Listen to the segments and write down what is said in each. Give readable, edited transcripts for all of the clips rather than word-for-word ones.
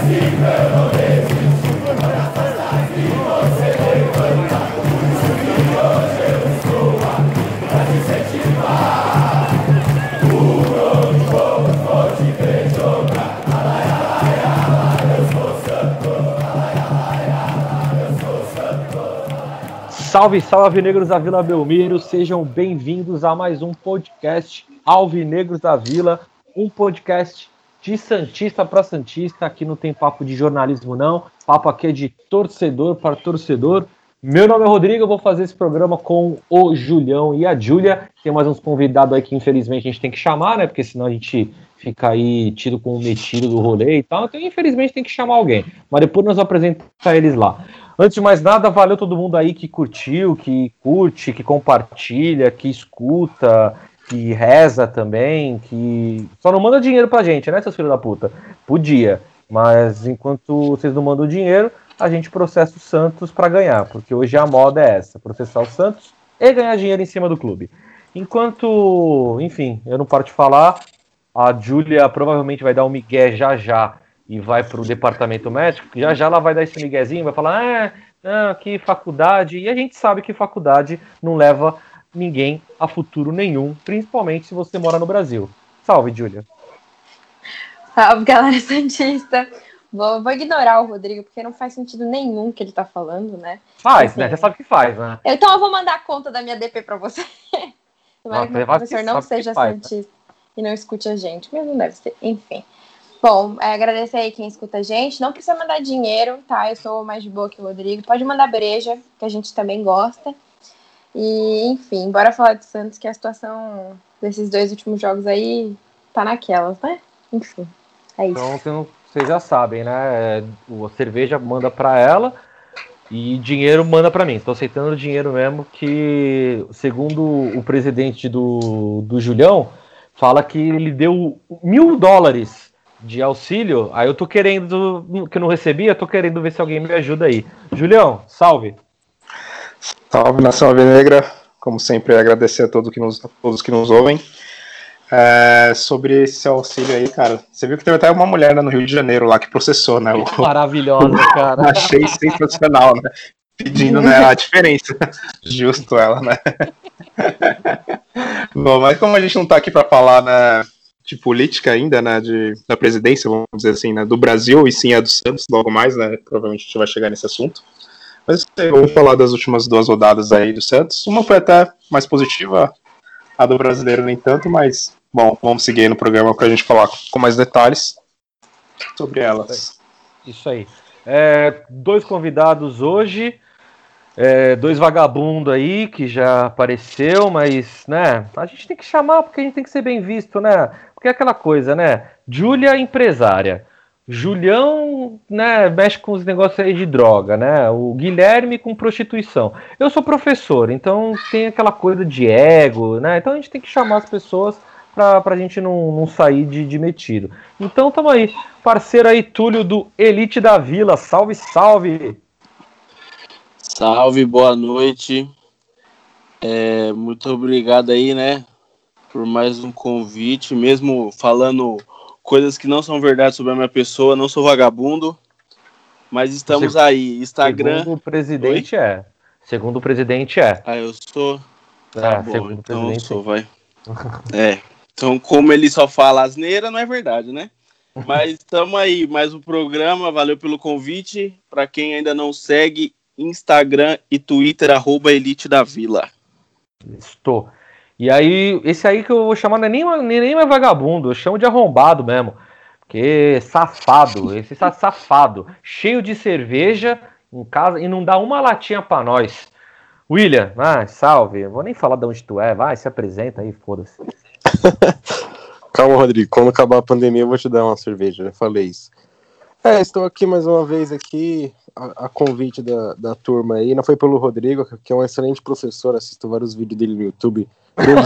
Salve, salve, Alvinegros da Vila Belmiro, sejam bem-vindos a mais um podcast Alvinegros da Vila, um podcast de Santista para Santista. Aqui não tem papo de jornalismo não, papo aqui é de torcedor para torcedor. Meu nome é Rodrigo, eu vou fazer esse programa com o Julião e a Júlia. Tem mais uns convidados aí que infelizmente a gente tem que chamar, né, porque senão a gente fica aí tido com o metido do rolê e tal, então infelizmente tem que chamar alguém, mas depois nós apresentamos eles lá. Antes de mais nada, valeu todo mundo aí que curtiu, que curte, que compartilha, que escuta, que reza também, que só não manda dinheiro pra gente, né, seus filhos da puta? Podia, mas enquanto vocês não mandam dinheiro, a gente processa o Santos pra ganhar, porque hoje a moda é essa, processar o Santos e ganhar dinheiro em cima do clube. Enquanto, enfim, eu não paro de falar, a Júlia provavelmente vai dar um migué já e vai para o departamento médico, já ela vai dar esse miguezinho, vai falar, que faculdade, e a gente sabe que faculdade não leva ninguém a futuro nenhum, principalmente se você mora no Brasil. Salve, Júlia. Salve, galera santista. Vou ignorar o Rodrigo, porque não faz sentido nenhum que ele tá falando, né? Faz, assim, né? Você sabe que faz, né? Então eu vou mandar a conta da minha DP pra você. Tomara que o professor não seja santista e não escute a gente, mas não deve ser, enfim. Bom, agradecer aí quem escuta a gente. Não precisa mandar dinheiro, tá? Eu sou mais de boa que o Rodrigo. Pode mandar breja, que a gente também gosta. E, enfim, bora falar de Santos, que a situação desses dois últimos jogos aí tá naquelas, né? Enfim, é isso. Então, vocês já sabem, né? A cerveja manda pra ela e dinheiro manda pra mim. Tô aceitando dinheiro mesmo, que segundo o presidente do Julião, fala que ele deu $1.000 de auxílio, aí eu tô querendo, que eu não recebi, eu tô querendo ver se alguém me ajuda aí. Julião, salve! Salve, Nação Alvinegra, como sempre agradecer a todos que nos ouvem. Sobre esse auxílio aí, cara, você viu que teve até uma mulher, né, no Rio de Janeiro lá que processou, né? Maravilhosa, cara. Achei sensacional, né? Pedindo, né, a diferença. Justo ela, né? Bom, mas como a gente não tá aqui para falar, né, de política ainda, né, da presidência, vamos dizer assim, né, do Brasil, e sim a do Santos, logo mais, né, provavelmente a gente vai chegar nesse assunto. Mas vamos falar das últimas duas rodadas aí do Santos. Uma foi até mais positiva, a do brasileiro nem tanto, mas, bom, vamos seguir aí no programa pra gente falar com mais detalhes sobre elas. Isso aí. Dois convidados hoje, dois vagabundos aí que já apareceu, mas, né, a gente tem que chamar porque a gente tem que ser bem visto, né? Porque é aquela coisa, né? Júlia, empresária. Julião, né, mexe com os negócios aí de droga, né? O Guilherme com prostituição. Eu sou professor, então tem aquela coisa de ego, né? Então a gente tem que chamar as pessoas pra gente não sair de metido. Então tamo aí. Parceiro aí, Túlio do Elite da Vila. Salve, salve! Salve, boa noite. Muito obrigado aí, né, por mais um convite, mesmo falando coisas que não são verdade sobre a minha pessoa, não sou vagabundo, mas estamos aí. Instagram. Segundo o presidente Segundo o presidente eu sou. Tá bom, segundo então eu sou, vai. Então, como ele só fala asneira, não é verdade, né? Mas estamos aí, mais um programa, valeu pelo convite. Para quem ainda não segue, Instagram e Twitter, @Elite da Vila. Estou. E aí, esse aí que eu vou chamar não é nem mais vagabundo, eu chamo de arrombado mesmo. Porque safado, esse safado, cheio de cerveja em casa e não dá uma latinha pra nós. William, salve. Eu vou nem falar de onde tu é, vai, se apresenta aí, foda-se. Calma, Rodrigo, quando acabar a pandemia eu vou te dar uma cerveja, já falei isso. Estou aqui mais uma vez aqui, a convite da turma aí, não foi pelo Rodrigo, que é um excelente professor, assisto vários vídeos dele no YouTube, dou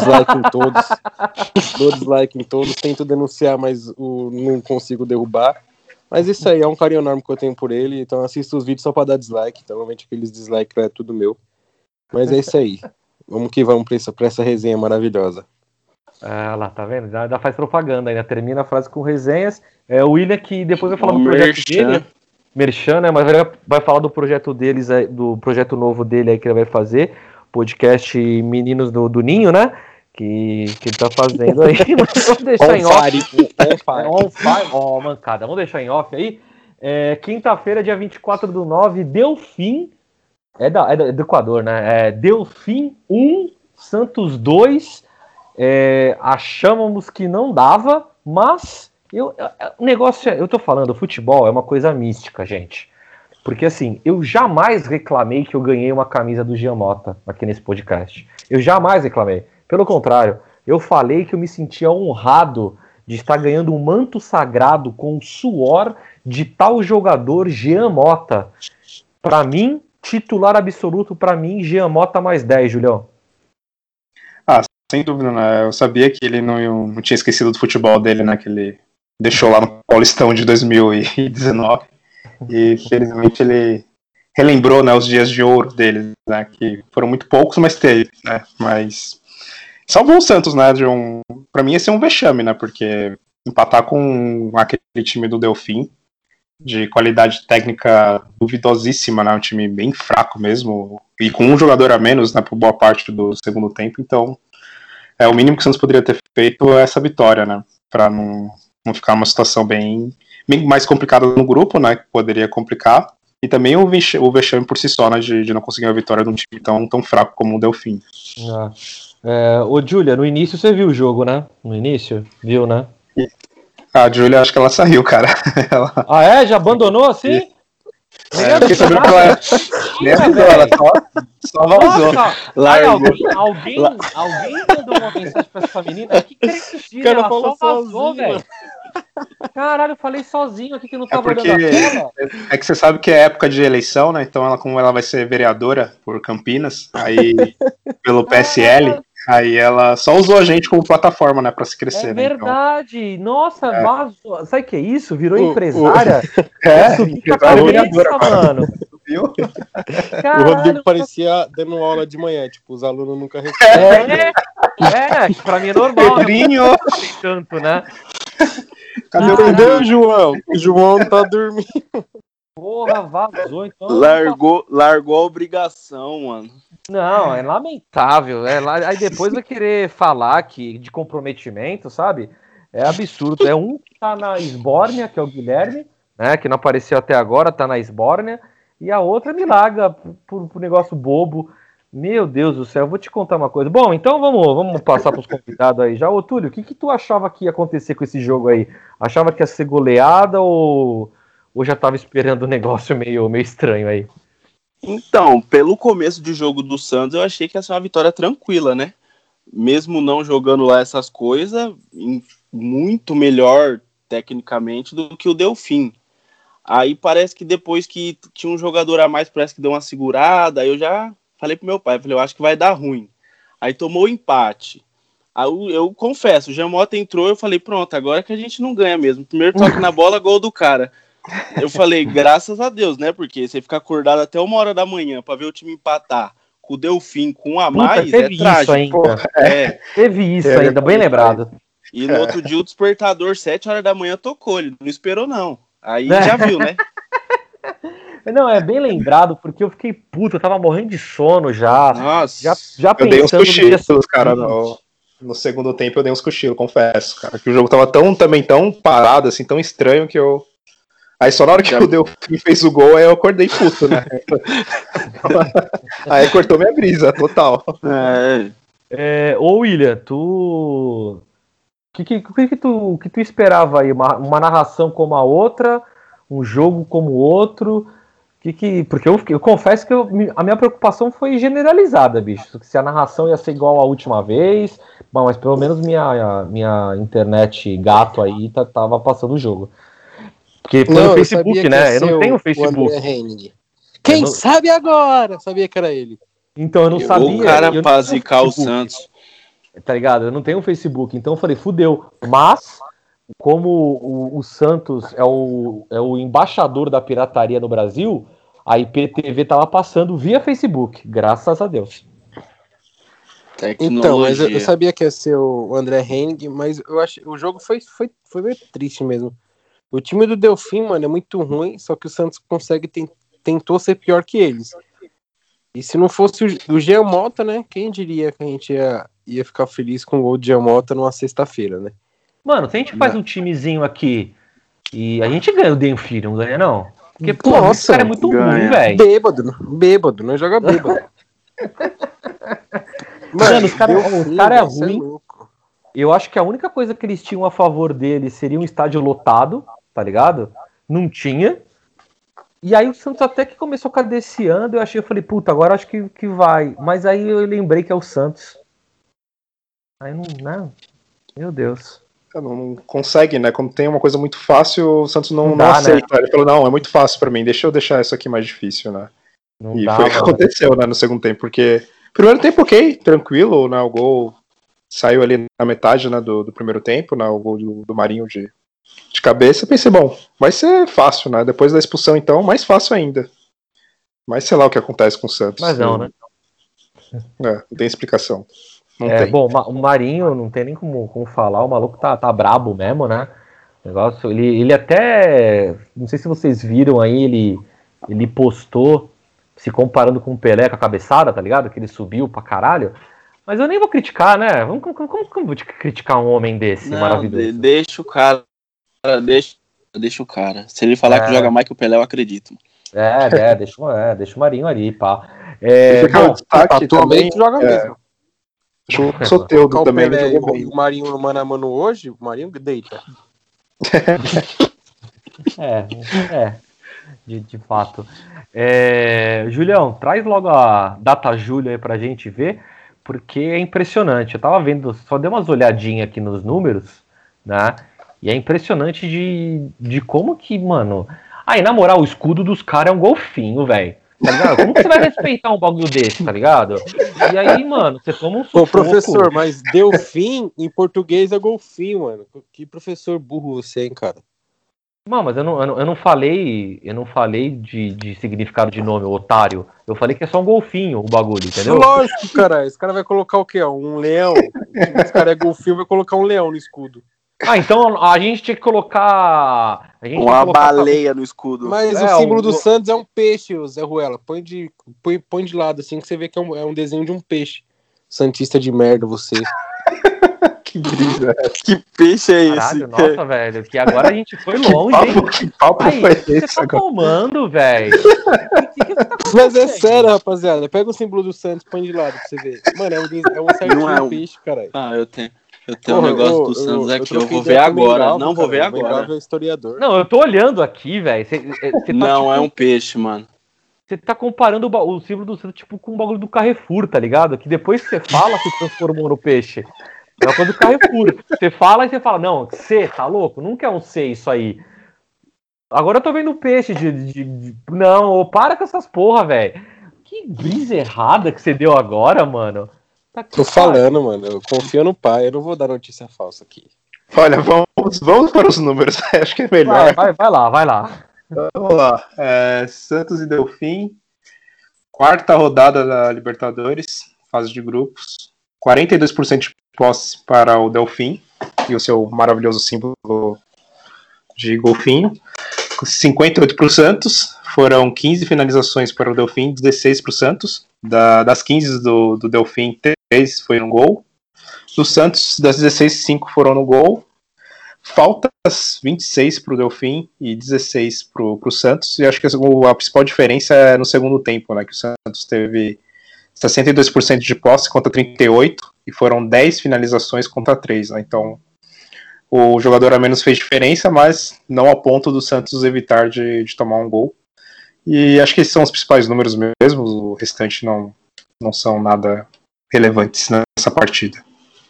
dislike em todos, tento denunciar, mas não consigo derrubar, mas isso aí é um carinho enorme que eu tenho por ele, então assisto os vídeos só para dar dislike, então normalmente aqueles dislikes é tudo meu, mas é isso aí, vamos que vamos para essa resenha maravilhosa. Ah, lá, tá vendo? Já faz propaganda ainda, termina a frase com resenhas. O William que depois vai falar do projeto dele. Merchan, né? Mas vai falar do projeto deles, do projeto novo dele aí que ele vai fazer. Podcast Meninos do Ninho, né? Que ele tá fazendo aí. Mas vamos deixar em off. Mancada. Vamos deixar em off aí. Quinta-feira, dia 24/9, Delfim. É do Equador, né? Delfim 1, Santos 2. Achávamos que não dava, mas o negócio eu tô falando, o futebol é uma coisa mística, gente. Porque assim, eu jamais reclamei que eu ganhei uma camisa do Jean Mota aqui nesse podcast. Eu jamais reclamei. Pelo contrário, eu falei que eu me sentia honrado de estar ganhando um manto sagrado com o suor de tal jogador Jean Mota. Para mim, titular absoluto, para mim, Jean Mota mais 10, Julião. Sem dúvida, né? Eu sabia que ele não tinha esquecido do futebol dele, né? Que ele deixou lá no Paulistão de 2019. E felizmente ele relembrou, né, os dias de ouro dele, né? Que foram muito poucos, mas teve, né? Mas salvou o Santos, né? Pra mim, esse é um vexame, né? Porque empatar com aquele time do Delfim, de qualidade técnica duvidosíssima, né? Um time bem fraco mesmo. E com um jogador a menos, né? Por boa parte do segundo tempo, então. O mínimo que o Santos poderia ter feito é essa vitória, né? Para não ficar uma situação bem mais complicada no grupo, né? Que poderia complicar. E também o vexame por si só, né? De não conseguir a vitória de um time tão fraco como o Delfim. Ô, Júlia, no início você viu o jogo, né? No início? Viu, né? A Júlia, acho que ela saiu, cara. Já abandonou assim? Porque sabia que ela nem avisou, ela só vazou. Alguém mandou uma mensagem pra essa menina? Que cretino, ela só vazou, velho. Caralho, eu falei sozinho aqui que não tava olhando a tela. É que você sabe que é época de eleição, né? Então como ela vai ser vereadora por Campinas, aí pelo PSL, aí ela só usou a gente como plataforma, né, pra se crescer. É verdade. Então... Nossa, vazou. Sabe o que é isso? Virou empresária? Subir com a cabeça, mano. Viu? Caralho, o Rodrigo parecia dando aula de manhã, tipo, os alunos nunca respondem. Pra mim é normal. Pedrinho! Tanto, né? Entendeu, João? O João tá dormindo. Porra, vazou, então. Largou a obrigação, mano. Não, é lamentável. Aí depois vai querer falar de comprometimento, sabe? É absurdo. É um que tá na Esbórnia, que é o Guilherme, né? Que não apareceu até agora, tá na Esbórnia. E a outra me larga por negócio bobo. Meu Deus do céu, eu vou te contar uma coisa. Bom, então vamos passar para os convidados aí já. Ô, Túlio, o que tu achava que ia acontecer com esse jogo aí? Achava que ia ser goleada ou já tava esperando um negócio meio estranho aí? Então, pelo começo de jogo do Santos, eu achei que ia ser uma vitória tranquila, né? Mesmo não jogando lá essas coisas, muito melhor tecnicamente do que o Delfim. Aí parece que depois que tinha um jogador a mais, parece que deu uma segurada, aí eu já... Falei pro meu pai, eu acho que vai dar ruim. Aí tomou o empate. Aí eu confesso, o Jean Mota entrou, eu falei, pronto, agora que a gente não ganha mesmo. Primeiro toque na bola, gol do cara. Eu falei, graças a Deus, né? Porque você ficar acordado até 1h da manhã pra ver o time empatar com o Delfim com um a mais, é trágico. Teve isso ainda, bem lembrado. E no outro dia o despertador, 7h da manhã, tocou, ele não esperou não. Aí já viu, né? Não, é bem lembrado, porque eu fiquei puto, eu tava morrendo de sono já. Nossa. Já eu dei uns cochilos, cara, no segundo tempo eu dei uns cochilos, confesso, cara, que o jogo tava tão parado, assim, tão estranho que eu... Aí só na hora que o Delfim fez o gol, aí eu acordei puto, né? Aí cortou minha brisa, total. Ô, William, tu... O que tu esperava aí? Uma narração como a outra? Um jogo como o outro? Porque eu confesso que a minha preocupação foi generalizada, bicho. Se a narração ia ser igual à última vez, bom, mas pelo menos minha internet gato aí tava passando o jogo. Porque foi no Facebook, né? Eu não tenho Facebook. Quem sabe agora? Sabia que era ele. Então eu não sabia. O cara pra zicar o Santos. Tá ligado? Eu não tenho Facebook, então eu falei, fudeu. Mas... Como o Santos é o embaixador da pirataria no Brasil, a IPTV tava passando via Facebook, graças a Deus. Então, mas eu sabia que ia ser o André Henning, mas eu acho o jogo foi meio triste mesmo. O time do Delfim, mano, é muito ruim, só que o Santos tentou ser pior que eles. E se não fosse o Jean Mota, né? Quem diria que a gente ia ficar feliz com o gol de Jean Mota numa sexta-feira, né? Mano, se a gente faz um timezinho aqui e a gente ganha o Denfim, não ganha não? Porque, pô, esse cara é muito ruim, velho. Bêbado, não joga bêbado. Mano, os cara é ruim. Eu acho que a única coisa que eles tinham a favor dele seria um estádio lotado, tá ligado? Não tinha. E aí o Santos até que começou cadenciando, eu falei, puta, agora acho que vai. Mas aí eu lembrei que é o Santos. Aí não, meu Deus. Não consegue, né? Quando tem uma coisa muito fácil, o Santos não aceita. Né? Ele falou, não, é muito fácil pra mim, deixa eu deixar isso aqui mais difícil, né? Foi o que aconteceu, né, no segundo tempo, porque primeiro tempo, ok, tranquilo, né? O gol saiu ali na metade, né, do primeiro tempo, né? O gol do Marinho de cabeça. Eu pensei, bom, vai ser fácil, né? Depois da expulsão, então, mais fácil ainda. Mas sei lá o que acontece com o Santos. Mas não, né? Não tem explicação. Não tem. Bom, o Marinho não tem nem como falar, o maluco tá brabo mesmo, né? O negócio, ele até, não sei se vocês viram aí, ele postou se comparando com o Pelé com a cabeçada, tá ligado? Que ele subiu pra caralho. Mas eu nem vou criticar, né? Como vou criticar um homem desse maravilhoso? Deixa o cara, deixa o cara. Se ele falar que joga mais que o Pelé, eu acredito. Deixa o Marinho ali, pá. Atualmente joga mesmo. O Soteldo também. O Marinho no mano a mano hoje, o Marinho deita. De fato. Julião, traz logo a data Júlio aí pra gente ver, porque é impressionante. Eu tava vendo, só dei umas olhadinhas aqui nos números, né? E é impressionante de como que, mano. Aí, na moral, o escudo dos caras é um golfinho, velho. Tá ligado? Como que você vai respeitar um bagulho desse, tá ligado? E aí, mano, você toma um sufoco. Ô, professor, mas Delfim em português é golfinho, mano. Que professor burro você, hein, cara? Não, mas eu não falei de significado de nome, otário. Eu falei que é só um golfinho o bagulho, entendeu? Lógico, cara. Esse cara vai colocar o quê? Um leão. Esse cara é golfinho, vai colocar um leão no escudo. Então a gente tinha que colocar... baleia no escudo. Mas o símbolo do Santos é um peixe, Zé Ruela. Põe de lado assim que você vê que é um desenho de um peixe. Santista de merda, você. Que brisa. Que peixe é esse? Caralho, nossa, velho. Que agora a gente foi longe, hein? Que papo foi esse? Você tá tomando, velho. Mas é sério, rapaziada. Pega o símbolo do Santos, põe de lado pra você ver. Mano, é um certinho peixe, caralho. Eu tenho um negócio do Santos aqui, eu vou ver agora. Não vou ver agora. É historiador. Não, eu tô olhando aqui, velho. Não, é um peixe, mano. Você tá comparando o símbolo do Santos tipo com o bagulho do Carrefour, tá ligado? Que depois que você fala, se transformou no peixe. É uma coisa do Carrefour. Você fala e você fala, não, C, tá louco? Nunca é um C isso aí. Agora eu tô vendo peixe Não, para com essas porra, velho. Que brisa errada que você deu agora, mano. Tô falando, mano. Eu confio no pai. Eu não vou dar notícia falsa aqui. Olha, vamos para os números. Acho que é melhor. Vai lá. Vamos lá. Santos e Delfim. Quarta rodada da Libertadores. Fase de grupos. 42% de posse para o Delfim. E o seu maravilhoso símbolo de golfinho. 58% para o Santos. Foram 15 finalizações para o Delfim, 16 para o Santos. Das 15 do Delfim, 3 foi no gol. Do Santos, das 16, 5 foram no gol. Faltas 26 para o Delfim e 16 para o Santos. E acho que a principal diferença é no segundo tempo, né? Que o Santos teve 62% de posse contra 38%. E foram 10 finalizações contra 3. Né? Então, o jogador a menos fez diferença, mas não a ponto do Santos evitar de tomar um gol. E acho que esses são os principais números mesmo, o restante não são nada relevantes nessa partida.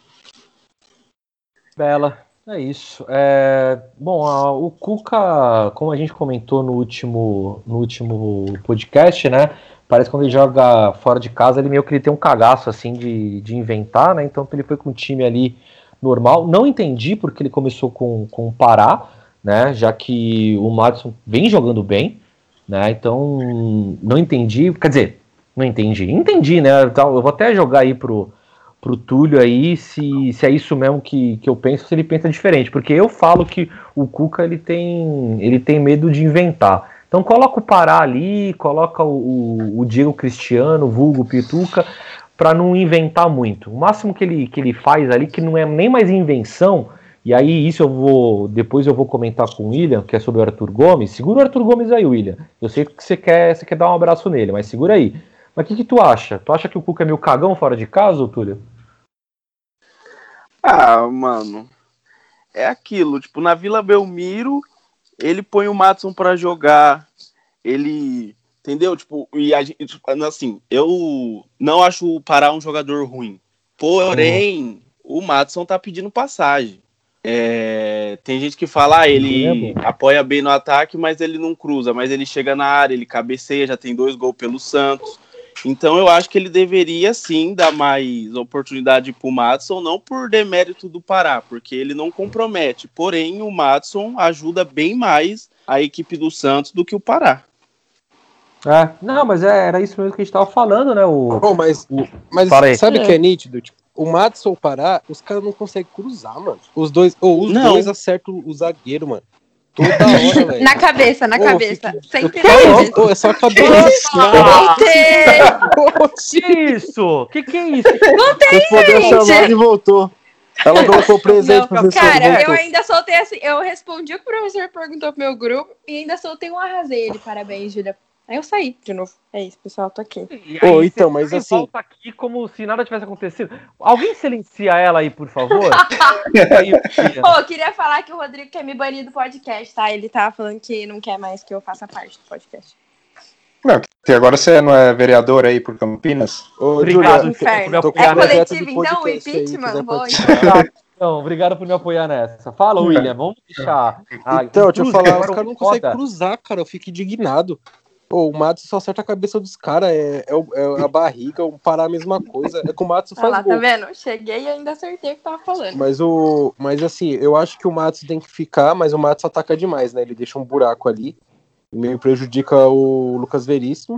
Bela, é isso. Bom, o Cuca, como a gente comentou no último podcast, né? Parece que quando ele joga fora de casa, ele meio que ele tem um cagaço assim de inventar, né? Então ele foi com um time ali normal. Não entendi porque ele começou com o Pará, né? Já que o Madison vem jogando bem, né? Então não entendi. Quer dizer, não entendi. Entendi, né? Eu vou até jogar aí pro pro Túlio aí se é isso mesmo que eu penso, se ele pensa diferente. Porque eu falo que o Cuca ele tem medo de inventar. Então coloca o Pará ali, coloca o Diego Cristiano, vulgo Pituca, para não inventar muito. O máximo que ele faz ali, que não é nem mais invenção, e aí isso depois eu vou comentar com o William, que é sobre o Arthur Gomes. Segura o Arthur Gomes aí, William. Eu sei que você quer dar um abraço nele, mas segura aí. Mas o que tu acha? Tu acha que o Cuca é meio cagão fora de casa, Túlio? Ah, mano, é aquilo, tipo, na Vila Belmiro, ele põe o Madison pra jogar, ele, entendeu? Tipo, e a gente, assim, eu não acho o Pará um jogador ruim, porém, o Madison tá pedindo passagem. Tem gente que fala, ele apoia bem no ataque, mas ele não cruza, mas ele chega na área, ele cabeceia, já tem 2 gols pelo Santos. Então eu acho que ele deveria sim dar mais oportunidade pro Madison, não por demérito do Pará, porque ele não compromete. Porém, o Madison ajuda bem mais a equipe do Santos do que o Pará. Não, mas era isso mesmo que a gente tava falando, né? Mas sabe o que é nítido? Tipo, o Madison ou o Pará, os caras não conseguem cruzar, mano. Os dois acertam o zagueiro, mano. Toda hora, velho. Na cabeça. Sempre é só a cabeça. Que isso? Que é isso? Voltei, respondeu a chamada e voltou. Ela colocou presente pro professor. Cara, eu ainda soltei assim, eu respondi o que o professor perguntou pro meu grupo e ainda soltei um arrasei ele. Parabéns, Júlia. Aí eu saí de novo. É isso, pessoal, tô aqui. Então, mas assim, volta aqui como se nada tivesse acontecido. Alguém silencia ela aí, por favor? Eu queria falar que o Rodrigo quer me banir do podcast, tá? Ele tava falando que não quer mais que eu faça parte do podcast. Não, porque agora você não é vereador aí por Campinas? Obrigado, inferno. É coletivo, então, o impeachment? Obrigado por me apoiar nessa. Fala, William, vamos deixar. Então, deixa eu falar, os caras não conseguem cruzar, cara. Eu fico indignado. O Madison só acerta a cabeça dos caras, é a barriga, o Pará a mesma coisa. É que o Madison faz gol. Tá vendo? Cheguei e ainda acertei o que tava falando. Mas assim, eu acho que o Madison tem que ficar, mas o Madison ataca demais, né? Ele deixa um buraco ali, meio prejudica o Lucas Veríssimo.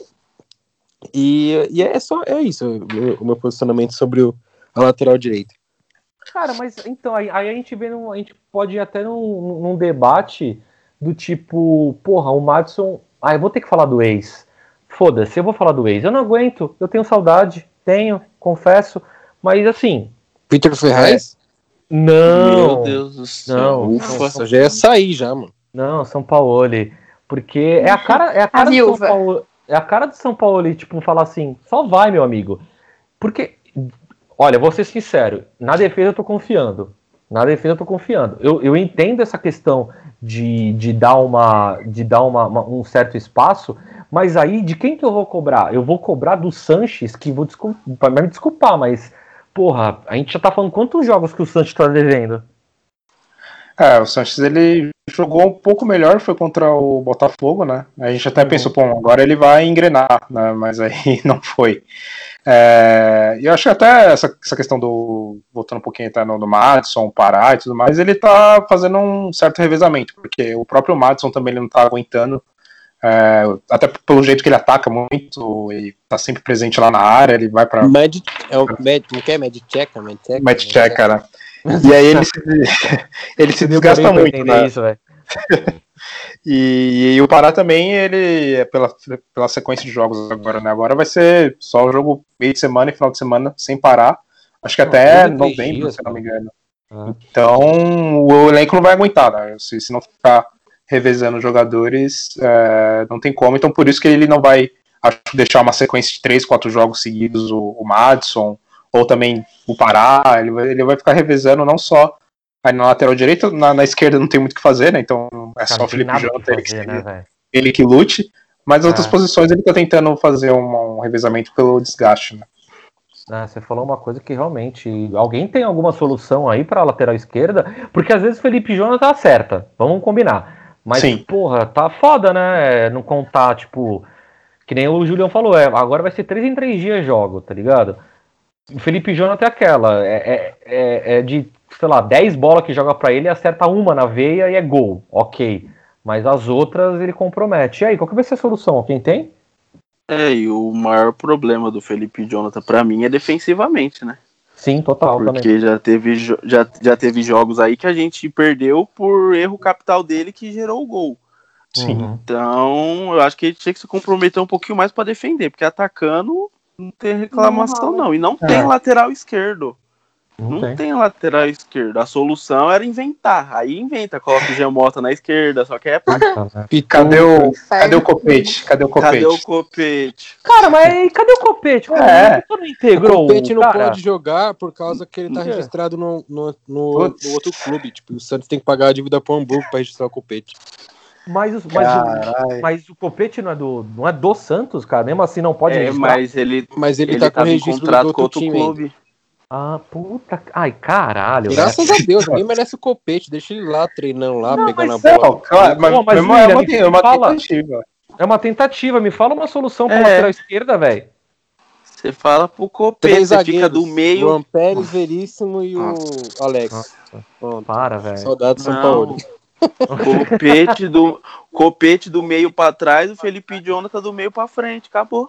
E é isso, o meu posicionamento sobre a lateral direita. Cara, mas então, aí a gente pode ir até num debate do tipo, porra, o Madison... eu vou ter que falar do ex. Foda-se, eu vou falar do ex. Eu não aguento, eu tenho saudade, confesso, mas assim... Vitor Ferraz? Não. Meu Deus do céu. Ufa, já ia sair já, mano. Não, São Paulo, porque é a cara do São Paulo, é a cara do São Paulo, tipo, falar assim, só vai, meu amigo. Porque, olha, vou ser sincero, na defesa eu tô confiando. Eu entendo essa questão de dar um certo espaço, mas aí de quem que eu vou cobrar? Eu vou cobrar do Sanches, que vai me desculpar, mas porra, a gente já tá falando quantos jogos que o Sanches tá devendo? O Sanches ele jogou um pouco melhor, foi contra o Botafogo, né? A gente até pensou, agora ele vai engrenar, né? Mas aí não foi. Eu acho que até essa questão voltando um pouquinho até no Madison, Pará e tudo mais, ele tá fazendo um certo revezamento, porque o próprio Madison também ele não tá aguentando, até pelo jeito que ele ataca muito, e tá sempre presente lá na área, ele vai pra... Medchecker, né? E aí ele se desgasta muito, né? Isso, velho. E o Pará também, ele, pela sequência de jogos agora, né? Agora vai ser só o jogo meio de semana e final de semana sem parar. Acho que até novembro, se não me engano. Então, o elenco não vai aguentar, né? Se não ficar revezando os jogadores, não tem como. Então, por isso que ele não vai, acho, deixar uma sequência de 3, 4 jogos seguidos, o Madison, ou também o Pará. Ele vai ficar revezando não só aí na lateral direita, na esquerda não tem muito o que fazer, né? Então só o Felipe Jonathan, ele que lute. Mas nas outras posições ele tá tentando fazer um revezamento pelo desgaste, né? Você falou uma coisa que realmente... Alguém tem alguma solução aí pra lateral esquerda? Porque às vezes o Felipe Jonathan acerta, vamos combinar. Mas, sim, porra, tá foda, né? Não contar, tipo... Que nem o Julião falou, agora vai ser 3 em 3 dias jogo, tá ligado? O Felipe Jonathan é aquela, de, sei lá, 10 bolas que joga pra ele, acerta uma na veia e é gol, ok. Mas as outras ele compromete. E aí, qual que vai ser a solução? Quem tem? E o maior problema do Felipe Jonathan pra mim é defensivamente, né? Sim, total. Porque também. já teve jogos aí que a gente perdeu por erro capital dele que gerou o gol. Sim. Então, eu acho que ele tinha que se comprometer um pouquinho mais para defender, porque atacando não tem reclamação não. E não tem lateral esquerdo. Não tem lateral esquerdo. A solução era inventar. Aí inventa, coloca o Gemota na esquerda, só que é pra... Cadê o Copete? Cadê o Copete? Cara, mas cadê o Copete? O Não integrou. O Copete não pode jogar por causa que ele tá registrado no outro clube. Tipo, o Santos tem que pagar a dívida pro Hamburgo pra registrar o Copete. Mas o Copete não é do Santos, cara. Mesmo assim não pode registrar. Mas ele tá com o registro contrato do outro time. clube. Ah, puta. Ai, caralho. Graças a Deus, ninguém merece o Copete. Deixa ele lá treinando lá, pegando a Não, bola. claro, mas é uma tentativa. É uma tentativa. Me fala uma solução pra lateral esquerda, velho. Você fala pro Copete, você fica do meio. O Ampérez, Veríssimo e o Alex. Pronto. Para, velho. Saudade do São Paulo. Copete do meio pra trás, o Felipe Jonathan do meio pra frente. Acabou.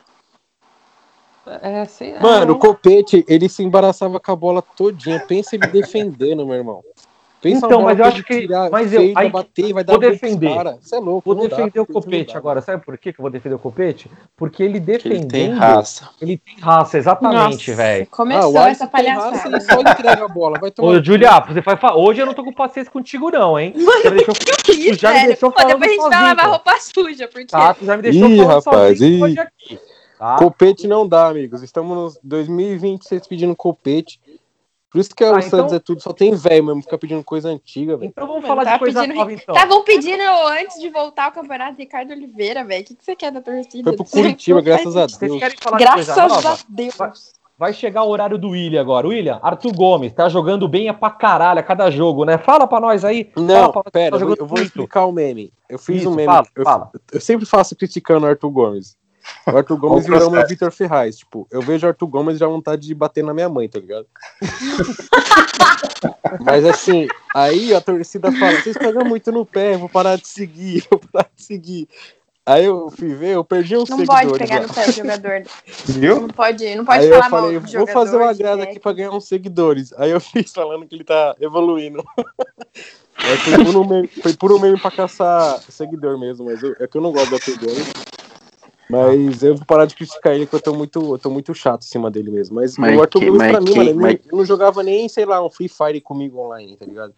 Mano, o Copete, ele se embaraçava com a bola todinha. Pensa ele defendendo, meu irmão. Pensa então, mas eu acho que... vai bater, vai dar vou defender. Cara. Você é louco. Vou defender o Copete agora. Sabe por que eu vou defender o Copete? Porque ele defendendo... Ele tem raça. Exatamente, velho. Começou essa palhaçada. Ele só entrega a bola. Vai tomar. Ô, Julia, hoje eu não tô com paciência contigo não, hein? Mano, tu já me deixou falando depois a gente vai lavar roupa suja, porque... Tá, tu já me deixou falando sozinho hoje aqui. Tá? Copete não dá, amigos. Estamos em 2026 pedindo Copete. Por isso que o Santos é tudo, só tem velho mesmo, fica pedindo coisa antiga, velho. Então vamos falar de coisa nova, então. Estavam pedindo antes de voltar ao campeonato Ricardo Oliveira, velho. O que você quer da torcida? Foi pro Curitiba, graças a Deus. Vocês querem falar graças de coisa nova? a Deus. Vai chegar o horário do William agora. William, Arthur Gomes, tá jogando bem pra caralho a cada jogo, né? Fala pra nós aí. Não, pera, eu vou explicar o meme. Eu fiz um meme. Fala. Eu sempre faço criticando o Arthur Gomes. O Arthur Gomes virou meu Vitor Ferraz. Tipo, eu vejo o Arthur Gomes e já vontade de bater na minha mãe, tá ligado? Mas assim, aí a torcida fala, vocês pegam muito no pé, vou parar de seguir. Aí eu fui ver, eu perdi uns seguidores. Não pode pegar no pé do jogador. Viu? Não pode aí falar eu mal falei, do vou jogador. fazer uma grada aqui pra ganhar uns seguidores. Aí eu fiz falando que ele tá evoluindo. Foi por um meme pra caçar seguidor mesmo, mas é que eu não gosto do Arthur Gomes. Mas eu vou parar de criticar ele, que eu tô muito chato em cima dele mesmo. Mas o Arthur Gomes pra mim, mano, ele não jogava nem, sei lá, um Free Fire comigo online, tá ligado?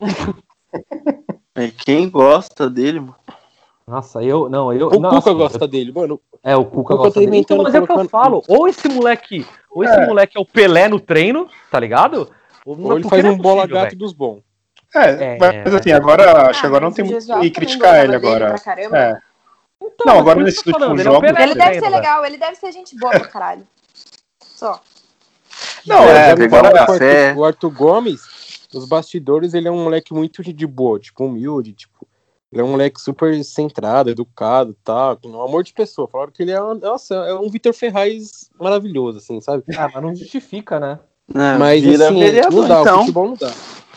Quem gosta dele, mano? Nossa, O Cuca gosta dele, mano. O Cuca gosta dele. Então, mas é o que eu falo. Ou esse moleque é o Pelé no treino, tá ligado? Ou ele faz um bola gato dos bons. Mas assim, acho que agora não tem muito o que criticar ele agora. Então, não, agora nesses últimos jogos... Ele deve ser legal, ele deve ser gente boa pra caralho. Só. Não, o Arthur Gomes, nos bastidores, ele é um moleque muito de boa, tipo, humilde, tipo, ele é um moleque super centrado, educado, tá, com um amor de pessoa. Falaram que ele é um Vitor Ferraz maravilhoso, assim, sabe? Mas não justifica, né? Mas assim, não dá, o futebol não dá.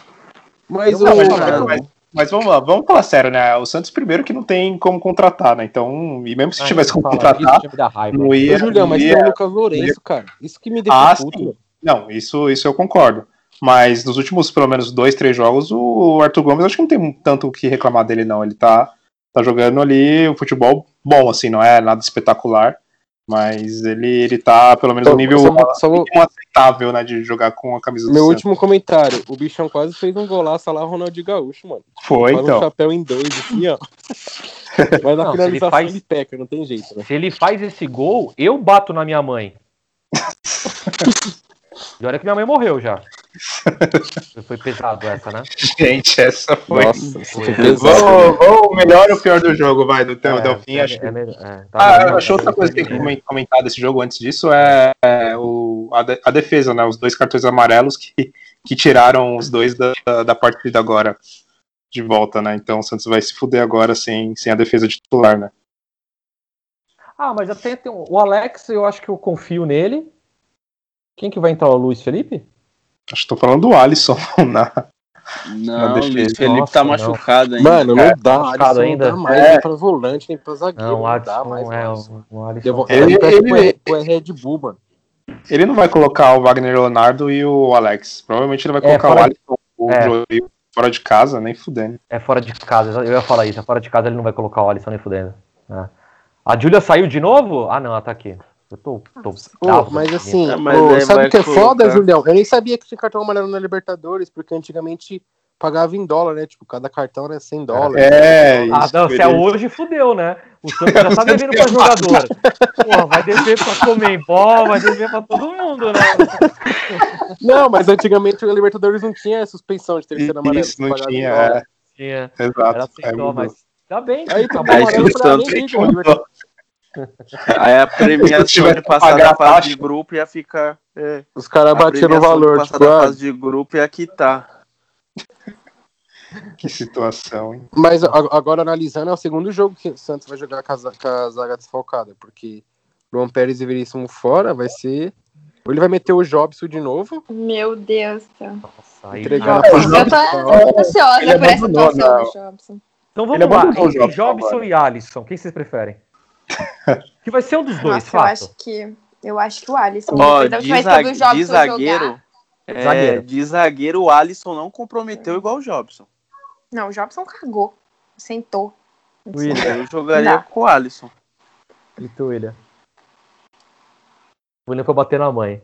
Mas vamos lá, vamos falar sério, né? O Santos, primeiro, que não tem como contratar, né? Então, e mesmo se tivesse como contratar, não ia... Julião, mas tem o Lucas Lourenço, cara. Isso que me deixa puto. Não, isso eu concordo. Mas nos últimos, pelo menos, 2-3 jogos, o Arthur Gomes, acho que não tem tanto o que reclamar dele, não. Ele tá jogando ali um futebol bom, assim, não é nada espetacular. Mas ele tá, pelo menos, no nível aceitável, né, de jogar com a camisa do Meu Santos. último comentário, o bichão quase fez um golaço lá, Ronaldinho Gaúcho, mano. Foi, faz então. Um chapéu em 2 aqui, ó. Mas na finalização ele peca, não tem jeito, né? Se ele faz esse gol, eu bato na minha mãe. E olha que minha mãe morreu já. Foi pesado essa, né? Gente, essa foi... Nossa, foi o melhor e o pior do jogo, vai, do Delfim, acho que... acho outra coisa que tem que comentar desse jogo antes disso a defesa, né? Os 2 cartões amarelos que tiraram os 2 da partida agora de volta, né? Então o Santos vai se fuder agora sem a defesa titular, né? Mas até tem o Alex, eu acho que eu confio nele. Quem que vai entrar? O Luiz Felipe? Acho que tô falando do Alisson Não, o Luiz Felipe tá machucado ainda. Mano, não dá, machucado ainda. Não dá mais nem pra volante, nem pra zagueiro. Não, não dá mais. O Alisson. Ele pede pro Red Bull, mano. Ele não vai colocar o Wagner Leonardo e o Alex. Provavelmente ele vai colocar o Alisson, o Joey fora de casa, nem fudendo. É fora de casa, eu ia falar isso. É fora de casa, ele não vai colocar o Alisson nem fudendo. A Júlia saiu de novo? Ah, não, ela tá aqui. Eu tô mas assim, sabe o que é foda, Julião? Eu nem sabia que tinha cartão amarelo na Libertadores, porque antigamente pagava em dólar, né? Tipo, cada cartão era $100. Não, se é hoje, fudeu, né? O Santos já tá devendo pra jogador. Porra, vai dever pra Comembol, vai dever pra todo mundo, né? Não, mas antigamente a Libertadores não tinha suspensão de terceiro amarelo. Isso, não tinha. Tinha. Exato. Era sem dó, mas tá bem. Aí tá bom, amarelo pra mim, Aí a premiação de passar da fase de grupo ia ficar. Os caras bateram o valor, tipo, da fase de grupo ia quitar. Que situação, hein? Mas agora analisando, é o segundo jogo que o Santos vai jogar com a zaga desfalcada, porque Luan Pérez e Veríssimo fora, vai ser. Ou ele vai meter o Jobson de novo. Meu Deus do céu. Entregar eu tô ansiosa por essa atuação do Jobson. Então vamos lá, entre Jobson e Alisson, quem vocês preferem? Que vai ser um dos dois, fato. Eu acho que o Alisson. De zagueiro, o Alisson não comprometeu igual o Jobson. Não, o Jobson cagou. Sentou. Eu jogaria com o Alisson. E tu, William? O William foi bater na mãe.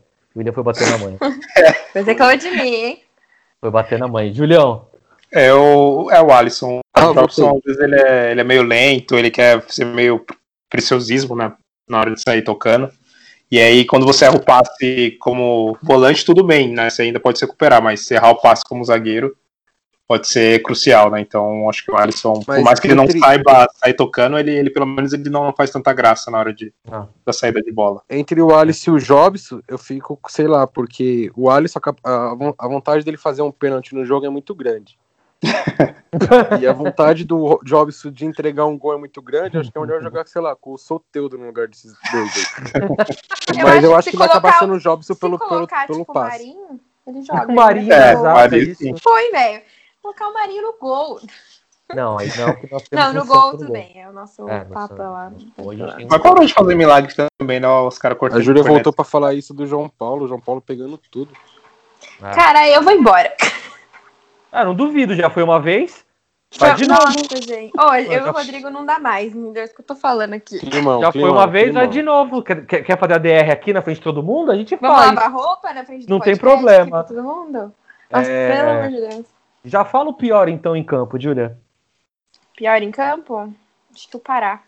Mas reclama de mim, hein? Foi bater na mãe. Julião? É o Alisson. O Jobson, às vezes, ele é meio lento, ele quer ser meio preciosismo, né? Na hora de sair tocando. E aí, quando você erra o passe como volante, tudo bem, né? Você ainda pode se recuperar, mas se errar o passe como zagueiro pode ser crucial, né? Então, acho que o Alisson, por mais que ele não saiba sair tocando, ele pelo menos ele não faz tanta graça na hora da saída de bola. Entre o Alisson e o Jobson, eu fico, sei lá, porque o Alisson, a vontade dele fazer um pênalti no jogo é muito grande. E a vontade do Jobson de entregar um gol é muito grande. Acho que é melhor jogar, sei lá, com o Soteldo no lugar desses dois aí. Mas eu acho que vai acabar sendo o Jobson pelo passe. O Marinho, ele joga. O Marinho, exato. Foi, velho. Colocar o Marinho no gol. Não, aí não, que nós temos no gol tudo bem. É o nosso papo lá. Mas parou de fazer milagre também, né? Os caras cortando. A Júlia voltou pra falar isso do João Paulo. O João Paulo pegando tudo. Cara, eu vou embora. Não duvido, já foi uma vez. Vai de novo. Nossa, gente. Eu e o Rodrigo não dá mais, meu Deus, que eu tô falando aqui. Foi uma vez, vai de novo. Quer fazer a DR aqui na frente de todo mundo? A gente faz. Vamos lavar roupa na frente do Não tem problema. Todo mundo? Nossa, pelo amor de Deus. Já fala o pior, então, em campo, Júlia. Pior em campo? Acho que o Pará.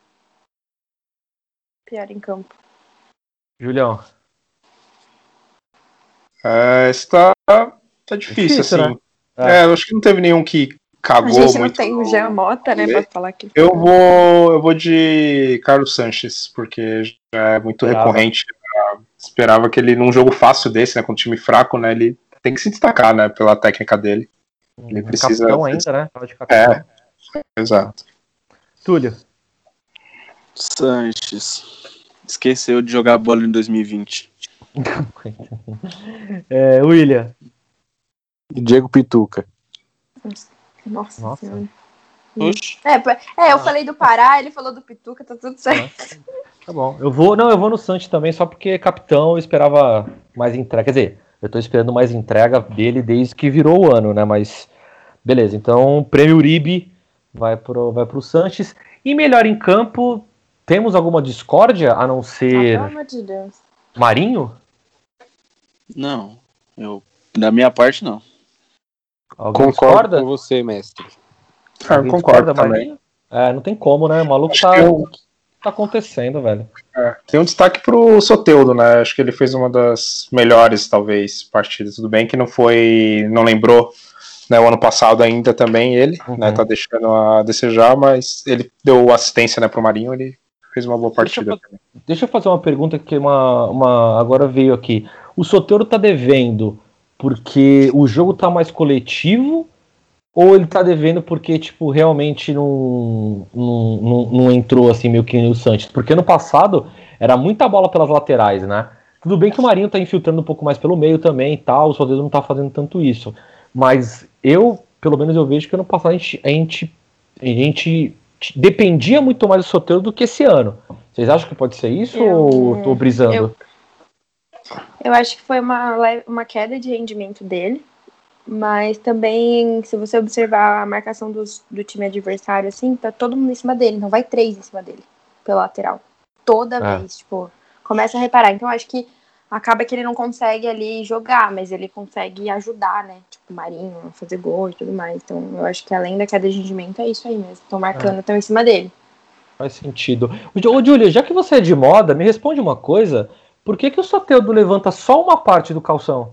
Pior em campo. Julião. Esse tá difícil, assim. Né? Eu acho que não teve nenhum que cagou muito. A gente não tem o Jean Mota, né, pra falar aqui. Eu vou de Carlos Sanches, porque já é muito recorrente. Eu esperava que ele, num jogo fácil desse, né, com um time fraco, né, ele tem que se destacar, né, pela técnica dele. Ele precisa... Capitão ainda, né? Exato. Túlio. Sanches. Esqueceu de jogar bola em 2020. William. Diego Pituca. Nossa. Senhora. Eu falei do Pará, ele falou do Pituca, tá tudo certo. Tá bom. Eu vou no Sanches também, só porque capitão eu esperava mais entrega. Quer dizer, eu tô esperando mais entrega dele desde que virou o ano, né? Mas beleza, então prêmio Uribe vai pro Sanches. E melhor em campo, temos alguma discórdia a não ser pelo amor de Deus. Marinho? Não, da minha parte não. Alguém concorda com você, mestre? Eu concordo também. Não tem como, né? O maluco tá acontecendo, velho. Tem um destaque pro Soteldo, né? Acho que ele fez uma das melhores, talvez, partidas. Tudo bem que não lembrou, né, o ano passado ainda também ele, né? Tá deixando a desejar, mas ele deu assistência, né, pro Marinho, ele fez uma boa partida também. Deixa eu fazer uma pergunta que agora veio aqui. O Soteldo tá devendo porque o jogo tá mais coletivo ou ele tá devendo porque, tipo, realmente não entrou assim meio que o Sanches? Porque no passado era muita bola pelas laterais, né? Tudo bem que o Marinho tá infiltrando um pouco mais pelo meio também e tal, o Soteldo não tá fazendo tanto isso. Mas pelo menos eu vejo que ano passado a gente dependia muito mais do Soteldo do que esse ano. Vocês acham que pode ser isso ou tô brisando? Eu acho que foi uma queda de rendimento dele, mas também, se você observar a marcação do time adversário, assim, tá todo mundo em cima dele, então vai 3 em cima dele, pelo lateral. Toda vez, tipo, começa a reparar. Então, acho que acaba que ele não consegue ali jogar, mas ele consegue ajudar, né? Tipo, o Marinho a fazer gol e tudo mais. Então, eu acho que além da queda de rendimento, é isso aí mesmo. Estão marcando, estão em cima dele. Faz sentido. Ô, Júlia, já que você é de moda, me responde uma coisa. Por que o Soteldo levanta só uma parte do calção?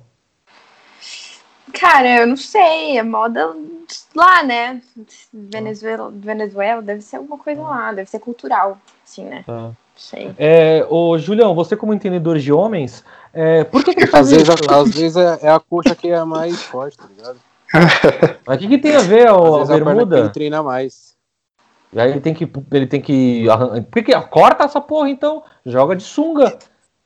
Cara, eu não sei. É moda lá, né? Venezuela, deve ser alguma coisa lá. Deve ser cultural, assim, né? Tá. Sei. Ô, Julião, você como entendedor de homens, por que ele faz isso? Às vezes é a coxa que é a mais forte, tá ligado? Mas o que tem a ver a bermuda? Ele treina mais. E aí ele tem que por que corta essa porra então? Joga de sunga.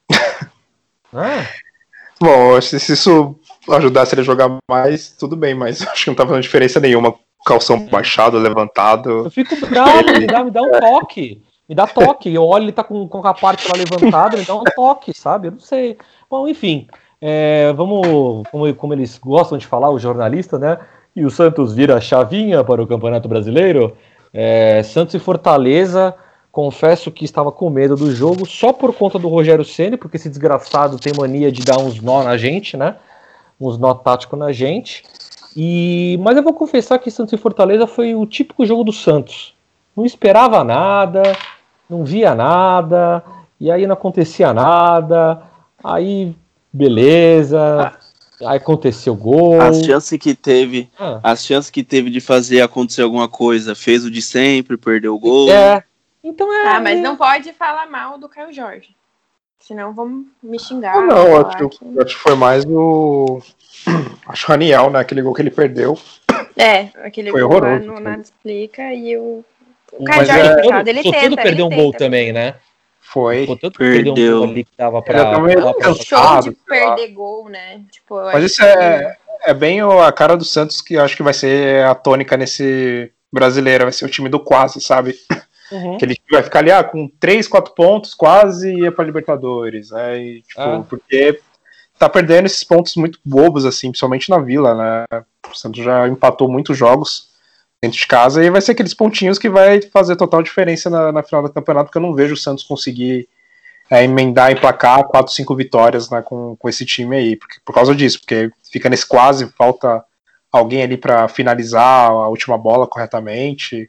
Bom, se isso ajudasse ele a jogar mais, tudo bem, mas acho que não tá fazendo diferença nenhuma. Calção baixado, levantado. Eu fico bravo, me dá um toque. Me dá toque. Eu olho, ele tá com a parte lá levantada, me dá um toque, sabe? Eu não sei. Bom, enfim. Vamos, como eles gostam de falar, o jornalista, né? E o Santos vira a chavinha para o Campeonato Brasileiro. Santos e Fortaleza. Confesso que estava com medo do jogo só por conta do Rogério Ceni, porque esse desgraçado tem mania de dar uns nó na gente, né? Uns nó táticos na gente. Mas eu vou confessar que Santos e Fortaleza foi o típico jogo do Santos. Não esperava nada, não via nada, e aí não acontecia nada, aí beleza, aí aconteceu gol. As chances que teve de fazer acontecer alguma coisa, fez o de sempre, perdeu o gol. Então mas não pode falar mal do Caio Jorge. Senão vamos me xingar. Não, acho que foi mais o. Acho o Raniel, né? Aquele gol que ele perdeu. Aquele foi gol horroroso, lá no Nada Explica e o Caio Jorge ele tenta. Perdeu um gol também, né? Foi. Perdeu um gol ali que dava pra. Show de perder gol, né? Tipo, mas isso é bem a cara do Santos, que eu acho que vai ser a tônica nesse brasileiro, vai ser o time do quase, sabe? Uhum. Que ele vai ficar ali com 3, 4 pontos, quase ia pra Libertadores. Porque tá perdendo esses pontos muito bobos, assim, principalmente na Vila, né? O Santos já empatou muitos jogos dentro de casa e vai ser aqueles pontinhos que vai fazer total diferença na final do campeonato, porque eu não vejo o Santos conseguir emendar, emplacar 4, 5 vitórias, né, com esse time aí, por causa disso, porque fica nesse quase, falta alguém ali para finalizar a última bola corretamente.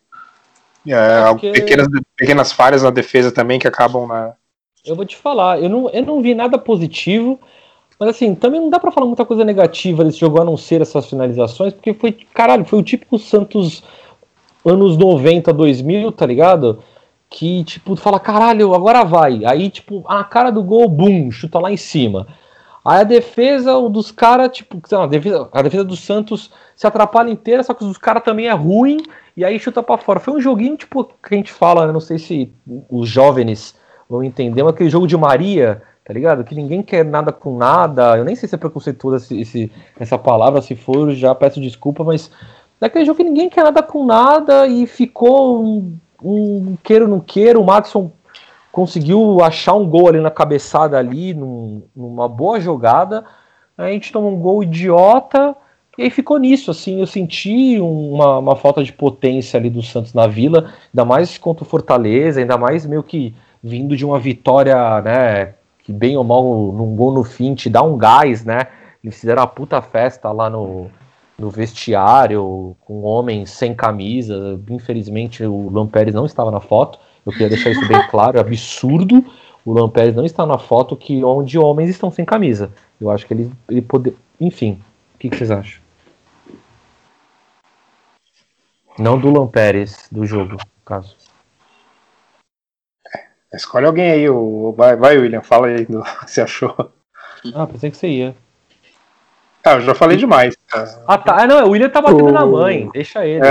Pequenas falhas na defesa também que acabam na. Eu vou te falar, eu não vi nada positivo, mas assim, também não dá pra falar muita coisa negativa desse jogo a não ser essas finalizações, porque foi o típico Santos anos 90, 2000, tá ligado? Que, tipo, fala, caralho, agora vai. Aí, tipo, a cara do gol, bum, chuta lá em cima. Aí a defesa dos caras, tipo, a defesa do Santos se atrapalha inteira, só que os caras também é ruim, e aí chuta pra fora. Foi um joguinho, tipo, que a gente fala, né? Não sei se os jovens vão entender, mas aquele jogo de Maria, tá ligado? Que ninguém quer nada com nada. Eu nem sei se é preconceituoso essa palavra, se for, já peço desculpa, mas daquele jogo que ninguém quer nada com nada e ficou um queiro não queiro, o Madison conseguiu achar um gol ali na cabeçada ali, numa boa jogada, a gente toma um gol idiota, e aí ficou nisso, assim, eu senti uma falta de potência ali do Santos na Vila, ainda mais contra o Fortaleza, ainda mais meio que vindo de uma vitória, né, que bem ou mal, num gol no fim, te dá um gás, né, eles fizeram uma puta festa lá no vestiário, com homens sem camisa, infelizmente o Luan Pérez não estava na foto, eu queria deixar isso bem claro, é absurdo o Luan Pérez não está na foto onde homens estão sem camisa. Eu acho que ele poder. Enfim, o que vocês acham? Não do Luan Pérez, do jogo, no caso. Escolhe alguém aí, vai William, fala aí do que você achou. Pensei que você ia. Eu já falei demais. Tá. Não, o William tá batendo na mãe, deixa ele.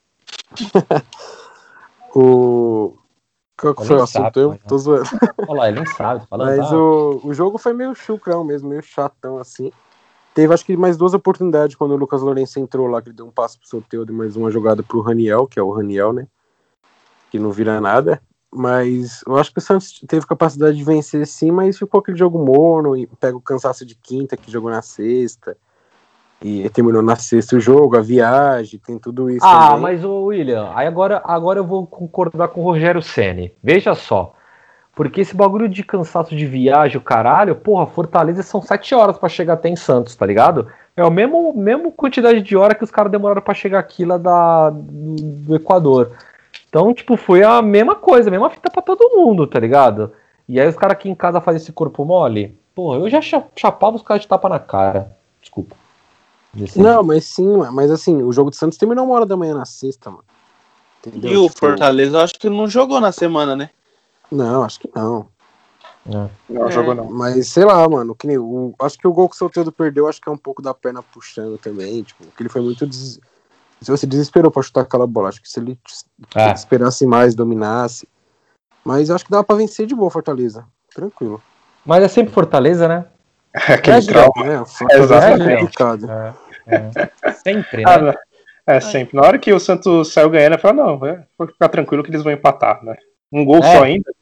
Qual que foi o assunto? Eu tô zoando. Olha lá, ele nem sabe. Mas o jogo foi meio chucrão mesmo, meio chatão assim. Teve acho que mais 2 oportunidades quando o Lucas Lourenço entrou lá, que ele deu um passe pro Soteldo e mais uma jogada pro Raniel, que é o Raniel, né? Que não vira nada. Mas eu acho que o Santos teve capacidade de vencer sim, mas ficou aquele jogo morno, e pega o cansaço de quinta, que jogou na sexta, e terminou na sexta o jogo, a viagem, tem tudo isso também. Mas o William, aí agora eu vou concordar com o Rogério Ceni. Veja só, porque esse bagulho de cansaço de viagem, o caralho, porra, Fortaleza são 7 horas pra chegar até em Santos, tá ligado? É o mesmo quantidade de hora que os caras demoraram pra chegar aqui lá do Equador. Então, tipo, foi a mesma coisa, a mesma fita pra todo mundo, tá ligado? E aí os caras aqui em casa fazem esse corpo mole. Porra, eu já chapava os caras de tapa na cara. Desculpa. Não, mas sim, mas assim, o jogo do Santos terminou 1h da manhã na sexta, mano. Entendeu? E o Fortaleza, eu acho que não jogou na semana, né? Não, acho que não. Não jogou não. Mas sei lá, mano, acho que o gol que o Soteldo perdeu, acho que é um pouco da perna puxando também, tipo, que ele foi muito se você desesperou pra chutar aquela bola, acho que se ele esperasse mais, dominasse, mas acho que dava pra vencer de boa Fortaleza, tranquilo. Mas é sempre Fortaleza, né? Aquele trauma, né? Fortaleza é complicado. Sempre, né? Sempre. Na hora que o Santos saiu ganhando, eu falei, não, vou ficar tranquilo que eles vão empatar, né? Um gol só ainda?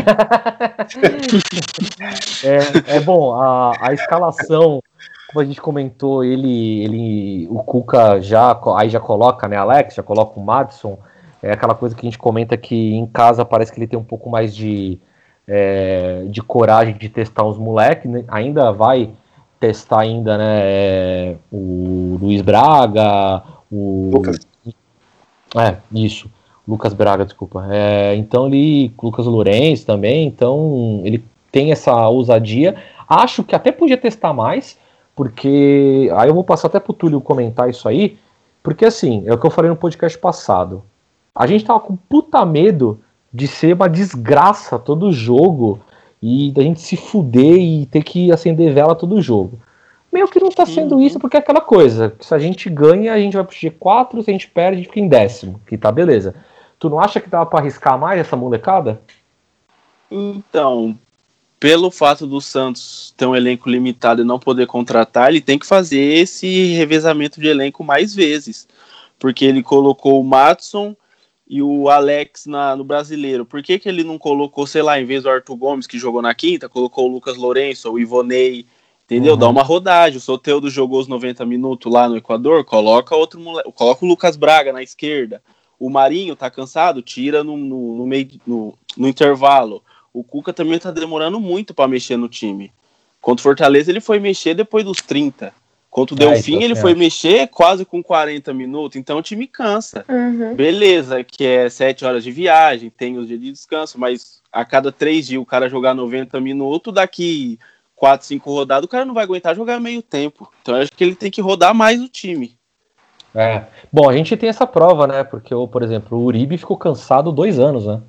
Bom, a escalação, como a gente comentou, o Cuca já coloca, né, Alex, já coloca o Madison, é aquela coisa que a gente comenta que em casa parece que ele tem um pouco mais de coragem de testar os moleques, né? Ainda vai testar ainda, né, o Luiz Braga, o Lucas. Isso. Lucas Braga, desculpa. Então Lucas Lourenço também, então ele tem essa ousadia. Acho que até podia testar mais, porque aí eu vou passar até pro Túlio comentar isso aí, porque assim, é o que eu falei no podcast passado. A gente tava com puta medo de ser uma desgraça todo jogo e da gente se fuder e ter que acender vela todo jogo. Meio que não tá sendo isso, porque é aquela coisa, que se a gente ganha, a gente vai pro G4, se a gente perde, a gente fica em 10º, que tá beleza. Tu não acha que dava pra arriscar mais essa molecada? Então, pelo fato do Santos ter um elenco limitado e não poder contratar, ele tem que fazer esse revezamento de elenco mais vezes. Porque ele colocou o Madison e o Alex no Brasileiro. Por que ele não colocou, sei lá, em vez do Arthur Gomes, que jogou na quinta, colocou o Lucas Lourenço, o Ivonei, entendeu? Dá uma rodagem. O Soteldo jogou os 90 minutos lá no Equador, coloca outro moleque, coloca o Lucas Braga na esquerda. O Marinho tá cansado, tira no intervalo. O Cuca também tá demorando muito para mexer no time. Contra o Fortaleza ele foi mexer depois dos 30. Contra o Delfim ele foi mexer quase com 40 minutos. Então o time cansa. Beleza, que é 7 horas de viagem, tem os dias de descanso, mas a cada 3 dias o cara jogar 90 minutos, daqui 4, 5 rodadas, o cara não vai aguentar jogar meio tempo. Então eu acho que ele tem que rodar mais o time. Bom, a gente tem essa prova, né? Porque, por exemplo, o Uribe ficou cansado 2 anos, né?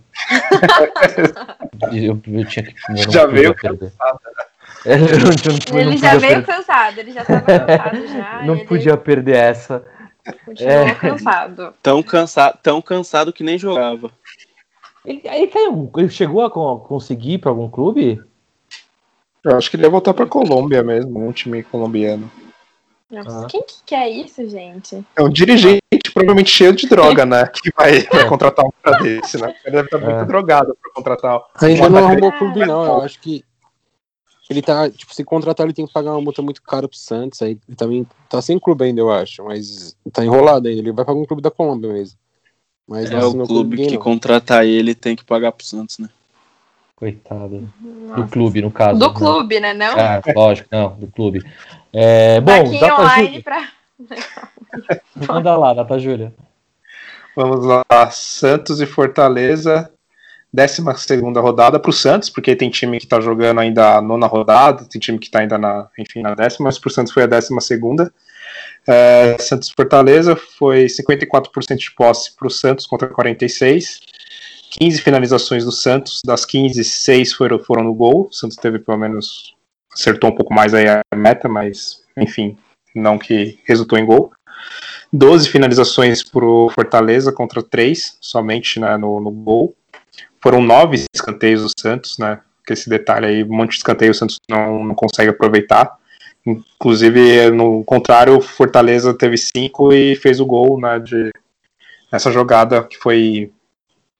eu tinha que. Eu já veio cansado, né? Ele já veio cansado, ele já estava cansado já. Não podia perder essa. Continuou cansado. Tão cansado que nem jogava. Ele chegou a conseguir ir para algum clube? Eu acho que ele ia voltar para Colômbia mesmo, um time colombiano. Nossa, quem que quer isso, gente? É um dirigente provavelmente cheio de droga, né? Que vai contratar um cara desse, né? Ele deve estar muito drogado para contratar. Ainda não arrumou clube, não. Eu acho que ele tá, tipo, se contratar, ele tem que pagar uma multa muito cara pro Santos. Aí ele também tá sem clube ainda, eu acho. Mas tá enrolado ainda. Ele vai pagar um clube da Colômbia mesmo. Mas o clube que contratar ele tem que pagar pro Santos, né? Coitado. Do clube, no caso. Do clube, né? Não? Lógico, não, do clube. Bom, Data online pra... Manda lá, Data Júlia. Vamos lá. Santos e Fortaleza. 12ª rodada pro Santos, porque tem time que tá jogando ainda a 9ª rodada, tem time que tá ainda na 10ª, mas pro Santos foi a 12ª. Santos e Fortaleza foi 54% de posse pro Santos contra 46%. 15 finalizações do Santos, das 15, 6 foram no gol. O Santos teve pelo menos, acertou um pouco mais aí a meta, mas enfim, não que resultou em gol. 12 finalizações pro Fortaleza contra 3, somente, né, no gol. Foram 9 escanteios do Santos, né? Com esse detalhe aí, um monte de escanteio o Santos não consegue aproveitar. Inclusive, no contrário, o Fortaleza teve 5 e fez o gol, né, nessa jogada que foi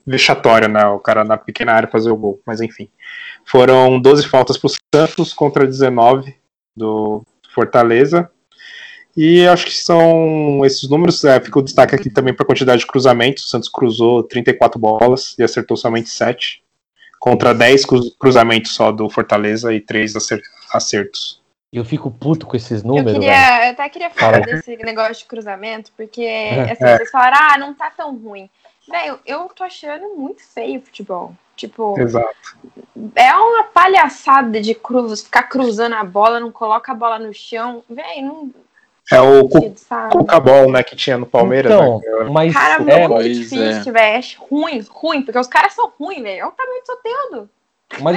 vexatório, né? O cara na pequena área fazer o gol, mas enfim. Foram 12 faltas pro Santos contra 19 do Fortaleza. E acho que são esses números. Fica o destaque aqui também para a quantidade de cruzamentos. O Santos cruzou 34 bolas e acertou somente 7, contra 10 cruzamentos só do Fortaleza e 3 acertos. Eu fico puto com esses números. Eu até queria falar desse negócio de cruzamento, porque assim, vocês falaram, não tá tão ruim. Velho, eu tô achando muito feio o futebol. Tipo, exato. É uma palhaçada de ficar cruzando a bola, não coloca a bola no chão. Velho, não. É o Cucabol, né, que tinha no Palmeiras. Então, né? Mas cara, muito difícil, velho. Acho ruim, porque os caras são ruins, velho. É o tamanho do Soteldo. Mas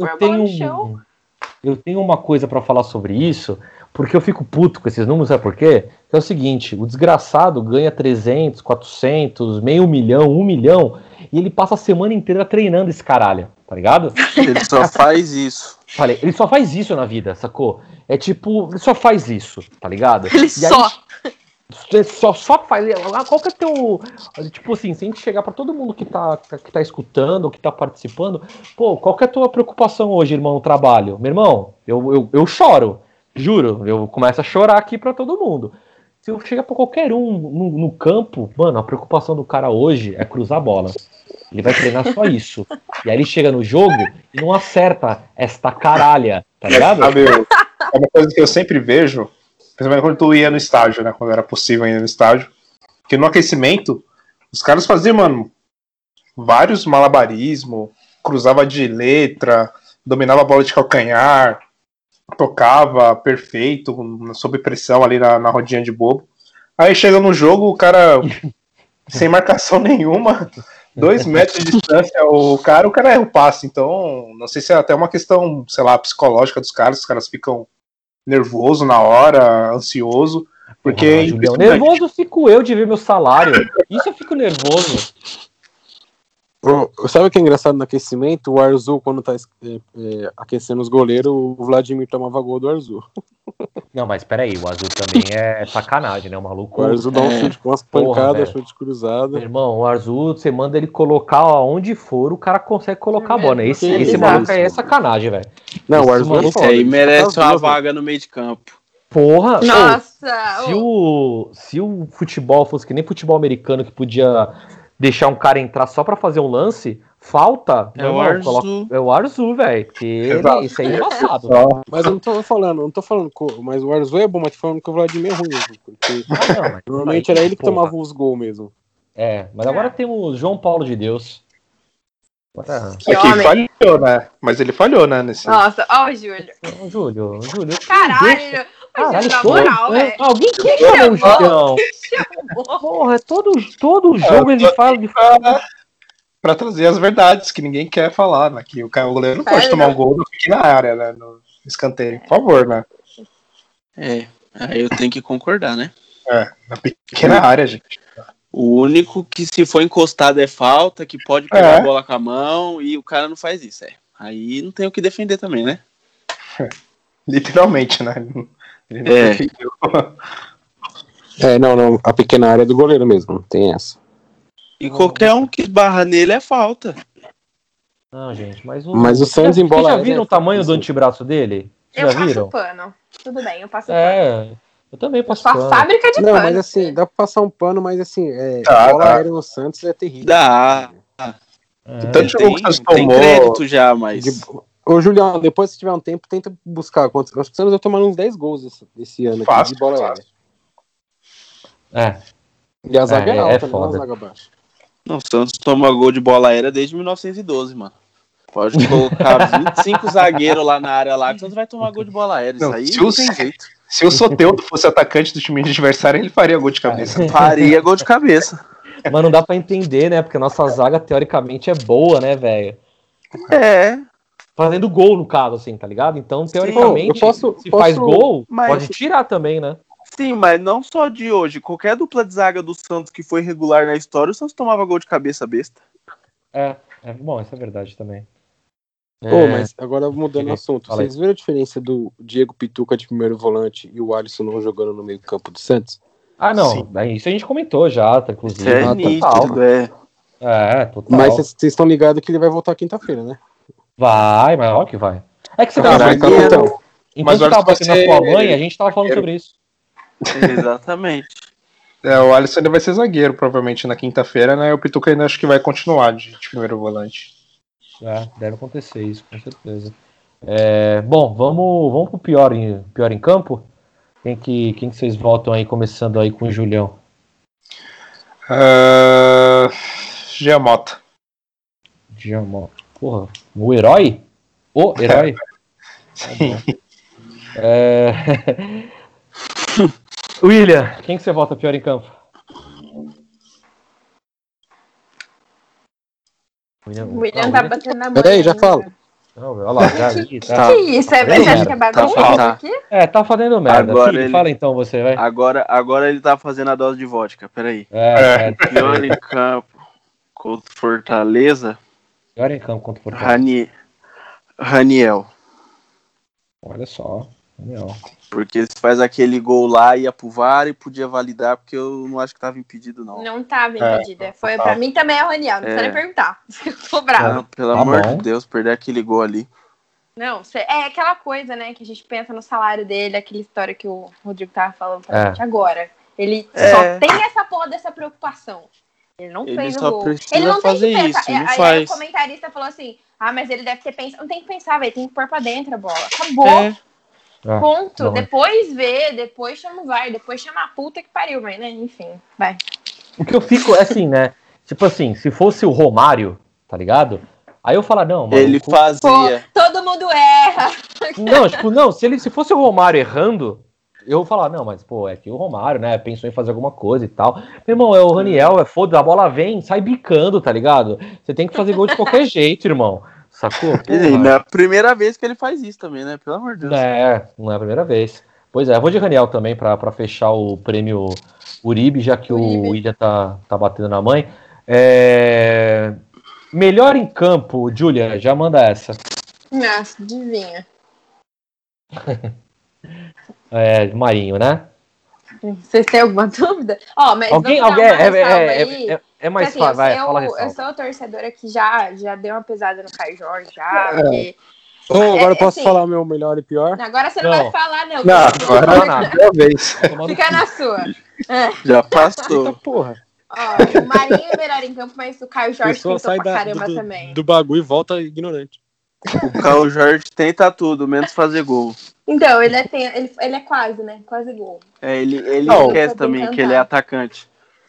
eu tenho uma coisa pra falar sobre isso, porque eu fico puto com esses números, sabe por quê? É o seguinte, o desgraçado ganha 300, 400, meio milhão, 1 milhão, e ele passa a semana inteira treinando esse caralho, tá ligado? Ele só faz isso. Falei, ele só faz isso na vida, sacou? É tipo, ele só faz isso, tá ligado? Ele só faz. Qual que é teu. Tipo assim, se a gente chegar pra todo mundo que tá escutando, que tá participando, pô, qual que é a tua preocupação hoje, irmão, no trabalho? Meu irmão, eu choro, juro, eu começo a chorar aqui pra todo mundo. Se eu chegar pra qualquer um no campo, mano, a preocupação do cara hoje é cruzar a bola. Ele vai treinar só isso. E aí ele chega no jogo e não acerta esta caralha, tá ligado? Sabe, é uma coisa que eu sempre vejo, principalmente quando tu ia no estádio, né? Quando era possível ir no estádio. Porque no aquecimento, os caras faziam, mano, vários malabarismos, cruzava de letra, dominava a bola de calcanhar, tocava perfeito, sob pressão ali na rodinha de bobo. Aí chega no jogo, o cara, sem marcação nenhuma, 2 metros de distância, o cara erra o passe. Então, não sei se é até uma questão, sei lá, psicológica dos caras, os caras ficam nervoso na hora, ansioso, porque... Julião, nervoso fico eu de ver meu salário. Isso eu fico nervoso. Sabe o que é engraçado no aquecimento? O Arzu, quando tá aquecendo os goleiros, o Vladimir tomava gol do Arzu. Não, mas peraí, o Arzu também é sacanagem, né? O maluco. O Arzu dá um chute com umas pancadas, chute cruzado. Meu irmão, o Arzu, você manda ele colocar aonde for, o cara consegue colocar a bola, né? Esse maluco aí é sacanagem, velho. Não, o Arzu esse aí merece uma vaga no meio de campo. Porra! Nossa! Se o futebol fosse que nem futebol americano, que podia deixar um cara entrar só pra fazer um lance, falta. É o Arzu. É o Arzu, velho. Porque isso aí é embaçado. Mas eu não tô falando, mas o Arzu é bom, mas tô falando que o Vladimir é ruim mesmo. Porque normalmente era ele que tomava os gols mesmo. Mas agora temos João Paulo de Deus. Que homem. Falhou, né? Mas ele falhou, né? Nossa, ó o Júlio. Júlio. Caralho, na moral, velho. Alguém quer chamar o Julião? Porra, todo jogo ele fala de pra trazer as verdades que ninguém quer falar, né? Que o goleiro não pode tomar um gol na pequena área, né? No escanteio, por favor, né? Aí eu tenho que concordar, né? Na pequena área, gente. O único que se for encostado é falta, que pode pegar a bola com a mão, e o cara não faz isso, Aí não tem o que defender também, né? Literalmente, né? Ele não defendeu. Não, a pequena área é do goleiro mesmo, tem essa. E qualquer um que esbarra nele é falta. Não, gente, mas o Santos em bola... Vocês já viram o tamanho do antebraço dele? Eu passo pano. Tudo bem, eu passo pano. Eu também passo pano. Sua fábrica de pano. Não, mas assim, dá pra passar um pano, mas assim, bola aérea no Santos é terrível. Dá. Tem crédito já, mas... Ô, Julião, depois se tiver um tempo, tenta buscar. Acho que o Santos vai tomar uns 10 gols esse ano aqui de bola aérea. E a zaga é alta, foda. Não a zaga baixa. Não, o Santos toma gol de bola aérea desde 1912, mano. Pode colocar 25 zagueiros lá na área lá, que o Santos vai tomar gol de bola aérea. Isso aí não tem jeito. Se o Soteldo fosse atacante do time adversário, ele faria gol de cabeça. Faria gol de cabeça. Mas não dá pra entender, né? Porque a nossa zaga, teoricamente, é boa, né, velho? Fazendo gol, no caso, assim, tá ligado? Então, teoricamente, se faz gol, pode tirar também, né? Sim, mas não só de hoje. Qualquer dupla de zaga do Santos que foi regular na história, o Santos tomava gol de cabeça besta. Bom, isso é verdade também. Mas agora mudando o assunto, vocês viram a diferença do Diego Pituca de primeiro volante e o Alisson não jogando no meio campo do Santos? Não, isso a gente comentou já, tá, inclusive. Nítido, Total. Mas vocês estão ligados que ele vai voltar quinta-feira, né? Vai, mas olha que vai. É que você Tá, tava então. Enquanto Mas você tava batendo na sua mãe, a gente tava falando sobre isso. Exatamente. O Alisson ainda vai ser zagueiro, provavelmente, na quinta-feira, né? O Pituca ainda acho que vai continuar de primeiro volante. Deve acontecer isso, com certeza. Bom, vamos pro pior em campo? Quem que vocês votam aí, começando aí com o Julião? Giamota. Porra, o herói? O herói? Sim. William, quem que você vota pior em campo? O William tá batendo na mão. Peraí, já falo. Não, olha lá, já ali, tá. Que isso? Você acha que é bagunça aqui? Tá fazendo merda. Agora Filho, ele... fala então você, vai. Agora ele tá fazendo a dose de vodka, peraí. Pior em campo contra Fortaleza. Pior em campo contra Fortaleza. Raniel. Olha só, Raniel. Porque se faz aquele gol lá, ia pro VAR e podia validar, porque eu não acho que tava impedido, não. Não tava impedido. Pra mim também é o Raniel, não precisa nem perguntar. Eu tô bravo. Não, pelo amor de Deus, perder aquele gol ali. Não, é aquela coisa, né, que a gente pensa no salário dele, aquela história que o Rodrigo tava falando pra gente agora. Ele só tem essa porra dessa preocupação. Ele não fez o gol. Ele não tem que pensar. Aí o comentarista falou assim, mas ele deve ter pensado. Não tem que pensar, velho, tem que pôr pra dentro a bola. Acabou. Ponto. Não, depois vê, depois chama o VAR, depois chama a puta que pariu, mas, né, enfim, vai. O que eu fico é assim, né, tipo assim, se fosse o Romário, tá ligado? Aí eu falo, não, mano. Ele fazia. Pô, todo mundo erra. Não, se fosse o Romário errando, eu vou falar, não, mas, pô, é que o Romário, né, pensou em fazer alguma coisa e tal. Meu irmão, é o Raniel, foda-se, a bola vem, sai bicando, tá ligado? Você tem que fazer gol de qualquer jeito, irmão. Sacou? Não é a primeira vez que ele faz isso também, né? Pelo amor de Deus. Não é a primeira vez. Pois é, eu vou de Raniel também pra fechar o prêmio Uribe, já que o William tá batendo na mãe. Melhor em campo, Júlia, já manda essa. Nossa, adivinha. Marinho, né? Vocês têm alguma dúvida? Mas alguém é mais fácil, vai, fala. Eu sou a torcedora que já deu uma pesada no Caio Jorge, já, porque... agora eu posso falar o meu melhor e pior? Agora você não vai falar, não. Não, agora não, nada. Fica na sua. Já passou. Eita porra. O Marinho é melhor em campo, mas o Caio Jorge tentou pra caramba também. Do bagulho e volta ignorante. O Caio Jorge tenta tudo, menos fazer gol. Então, ele é quase, né? Quase gol. Ele esquece também que ele é atacante.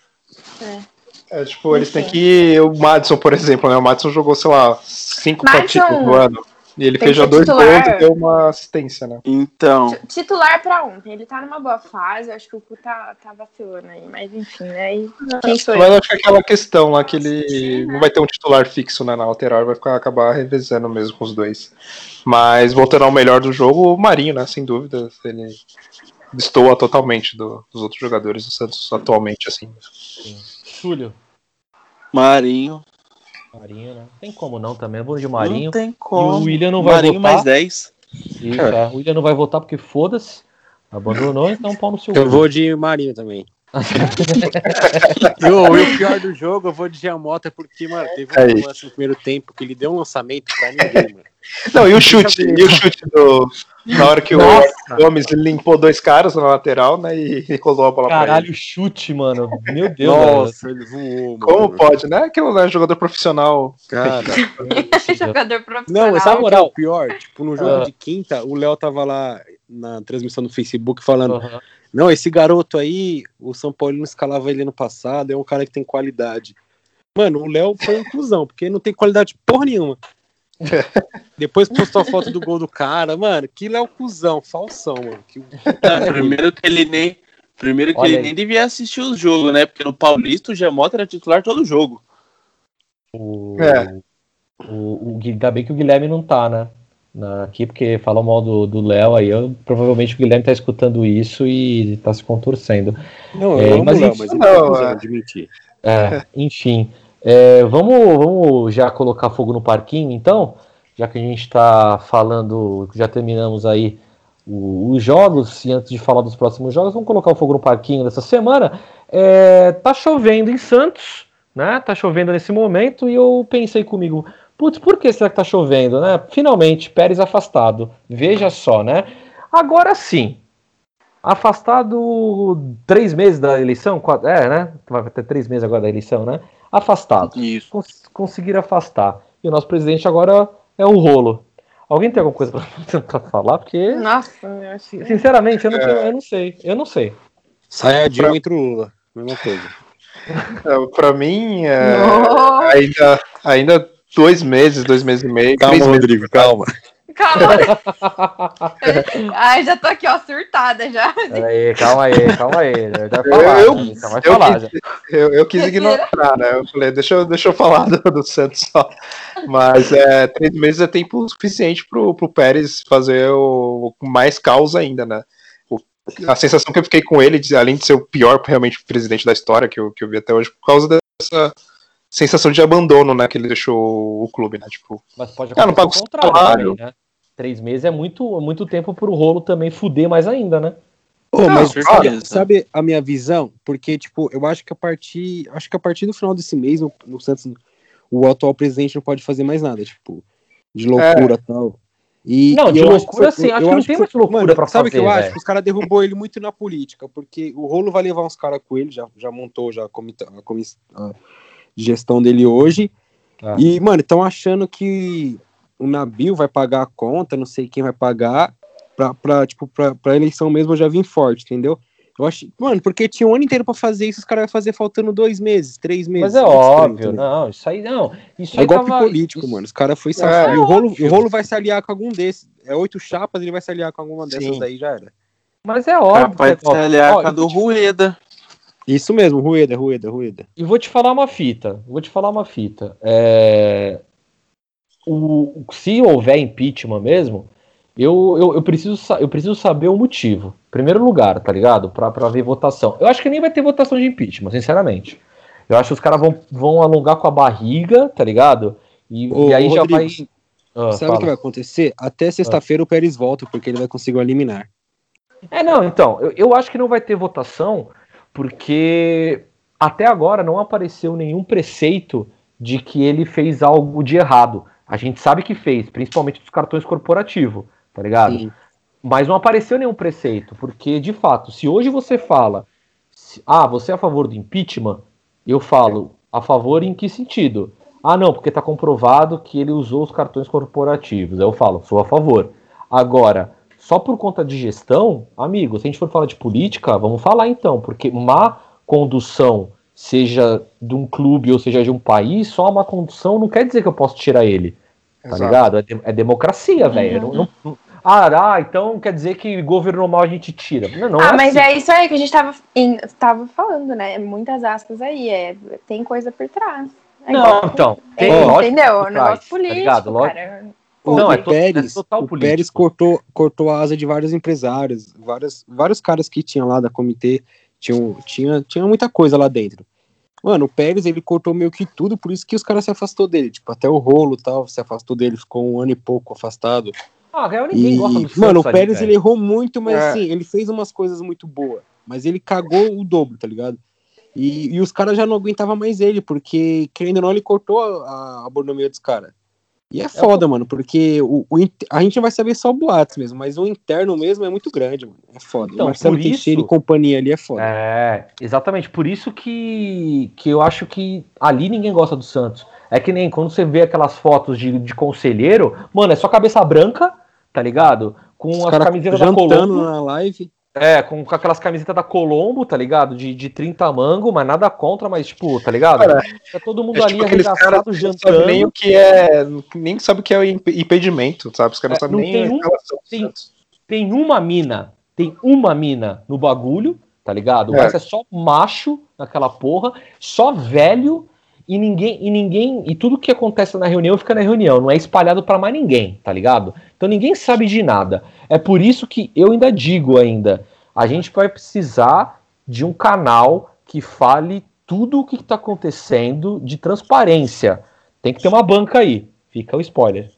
Eles têm que... O Madison, por exemplo, né? O Madison jogou, sei lá, 5 partidas no ano. E ele fez já 2 gols e deu uma assistência, né? Então... Titular pra ontem. Ele tá numa boa fase. Eu acho que o Cu tá vacilando aí. Mas enfim, né? Quem sou eu? Mas acho que é aquela questão lá que ele não vai ter um titular fixo, né, na lateral. Vai acabar revezando mesmo com os dois. Mas voltando ao melhor do jogo, o Marinho, né? Sem dúvida. Ele destoa totalmente dos outros jogadores do Santos atualmente, assim. Júlio. Marinho, né? Tem como não também. Eu vou de Marinho. Não tem como. E o William não vai Marinho votar. Mais 10. Isso, o William não vai votar porque foda-se. Abandonou, então pau no seu. Eu vou de Marinho também. E o pior do jogo, eu vou de Giamota porque, mano, teve um lance no primeiro tempo que ele deu um lançamento pra ninguém, mano. Não, e o chute na hora que o Gomes limpou 2 caras na lateral, né, e colou a bola pra ele. Caralho, chute, mano. Meu Deus. Nossa, ele voou, mano. Como pode, né? Aquilo não é jogador profissional. Cara. Jogador profissional. Não, sabe moral, o pior? Tipo, no jogo de quinta, o Léo tava lá na transmissão do Facebook falando não, esse garoto aí, o São Paulo não escalava ele no passado, é um cara que tem qualidade. Mano, o Léo foi inclusão, porque não tem qualidade porra nenhuma. Depois postou a foto do gol do cara, mano, que Léo cuzão, falsão, mano. Primeiro que ele nem devia assistir o jogo, né? Porque no Paulista o Giamota era titular todo jogo. Ainda bem que o Guilherme não tá, né? Aqui, porque falou mal do Léo, aí provavelmente o Guilherme tá escutando isso e tá se contorcendo. Não, eu amo o Léo, mas ele não admitir. Enfim, vamos já colocar fogo no parquinho, então, já que a gente tá falando, já terminamos aí os jogos, e antes de falar dos próximos jogos, vamos colocar o fogo no parquinho dessa semana. Tá chovendo em Santos, né? Tá chovendo nesse momento e eu pensei comigo, putz, por que será que tá chovendo, né? Finalmente, Pérez afastado. Veja só, né? Agora sim, afastado 3 meses da eleição, né? Vai ter 3 meses agora da eleição, né? Afastado. Isso. Conseguir afastar. E o nosso presidente agora é o rolo. Alguém tem alguma coisa pra tentar falar? Porque, Nossa, meu, sinceramente, eu não sei. Sai a Dilma entre o Lula. Mesma coisa. Pra mim, ainda 2 meses e meio. Calma, Rodrigo, calma. Calma. Ai, já tô aqui, ó, surtada já. Calma aí. Vai falar. Eu quis ignorar, né? Eu falei, deixa eu falar do Santos só. Mas 3 meses é tempo suficiente pro Pérez fazer o mais caos ainda, né? A sensação que eu fiquei com ele, além de ser o pior realmente presidente da história que eu vi até hoje, por causa dessa sensação de abandono, né, que ele deixou o clube, né, tipo... Mas pode acontecer não pago o contrário também, né? 3 meses é muito tempo pro rolo também fuder mais ainda, né? Mas sabe a minha visão? Porque, tipo, eu acho que a partir do final desse mês, no Santos, o atual presidente não pode fazer mais nada, tipo, de loucura e tal. De loucura sim, acho que não tem mais loucura pra fazer. Sabe o que eu acho? Os caras derrubou ele muito na política, porque o rolo vai levar uns caras com ele, já montou a gestão dele hoje. E, mano, estão achando que o Nabil vai pagar a conta, não sei quem vai pagar, pra eleição mesmo já vir forte, entendeu? Eu acho, mano, porque tinha um ano inteiro pra fazer isso, os caras vão fazer faltando 2 meses, 3 meses. Mas é óbvio, não, isso aí não. Isso é golpe político, mano. Os caras foi safado. E o rolo vai se aliar com algum desses. 8 chapas, ele vai se aliar com alguma dessas aí, já era. Mas é óbvio. Vai se aliar com a do Rueda. Isso mesmo, Rueda. E vou te falar uma fita. Se houver impeachment mesmo, eu preciso saber o motivo. Primeiro lugar, tá ligado? Pra ver votação. Eu acho que nem vai ter votação de impeachment, sinceramente. Eu acho que os caras vão alongar com a barriga, tá ligado? E aí já Rodrigo, vai... sabe o que vai acontecer? Até sexta-feira o Pérez volta, porque ele vai conseguir o liminar. Então, eu acho que não vai ter votação, porque até agora não apareceu nenhum preceito de que ele fez algo de errado. A gente sabe que fez, principalmente dos cartões corporativos, tá ligado? Sim. Mas não apareceu nenhum preceito, porque, de fato, se hoje você fala, você é a favor do impeachment, eu falo, a favor em que sentido? Não, porque tá comprovado que ele usou os cartões corporativos. Eu falo, sou a favor. Agora, só por conta de gestão, amigo, se a gente for falar de política, vamos falar então, porque má condução, seja de um clube ou seja de um país, só a má condução não quer dizer que eu posso tirar ele. Tá ligado? É democracia, velho. Então quer dizer que governo normal a gente tira. Não mas assim. É isso aí que a gente tava falando, né? Muitas aspas aí. Tem coisa por trás. Tem entendeu? O negócio político, tá cara. O Pérez cortou a asa de vários empresários, vários caras que tinham lá da comitê, tinha muita coisa lá dentro. Mano, o Pérez, ele cortou meio que tudo, por isso que os caras se afastou dele, tipo, até o rolo e tal, se afastou dele, ficou 1 ano e pouco afastado. Real ninguém gosta do Santos. Mano, o Pérez, ele errou muito, mas assim, ele fez umas coisas muito boas, mas ele cagou o dobro, tá ligado? E os caras já não aguentavam mais ele, porque, querendo ou não, ele cortou a mordomia dos caras. E é foda, mano, porque a gente vai saber só boatos mesmo, mas o interno mesmo é muito grande, mano. É foda. Então, o Marcelo Teixeira e companhia ali é foda. Exatamente. Por isso que eu acho que ali ninguém gosta do Santos. É que nem quando você vê aquelas fotos de conselheiro, mano, é só cabeça branca, tá ligado? Com os as camisetas da Colombo. Na live. Com aquelas camisetas da Colombo, tá ligado? De 30 mango, mas nada contra, mas tipo, tá ligado? Tá todo mundo ali arregaçado, jantando. Nem o que nem sabe o que é o impedimento, sabe? Os caras não sabem nem tem uma mina no bagulho, tá ligado? Mas é só macho naquela porra, só velho e tudo que acontece na reunião fica na reunião, não é espalhado pra mais ninguém, tá ligado? Então ninguém sabe de nada. É por isso que eu ainda digo a gente vai precisar de um canal que fale tudo o que tá acontecendo de transparência. Tem que ter uma banca aí. Fica o spoiler.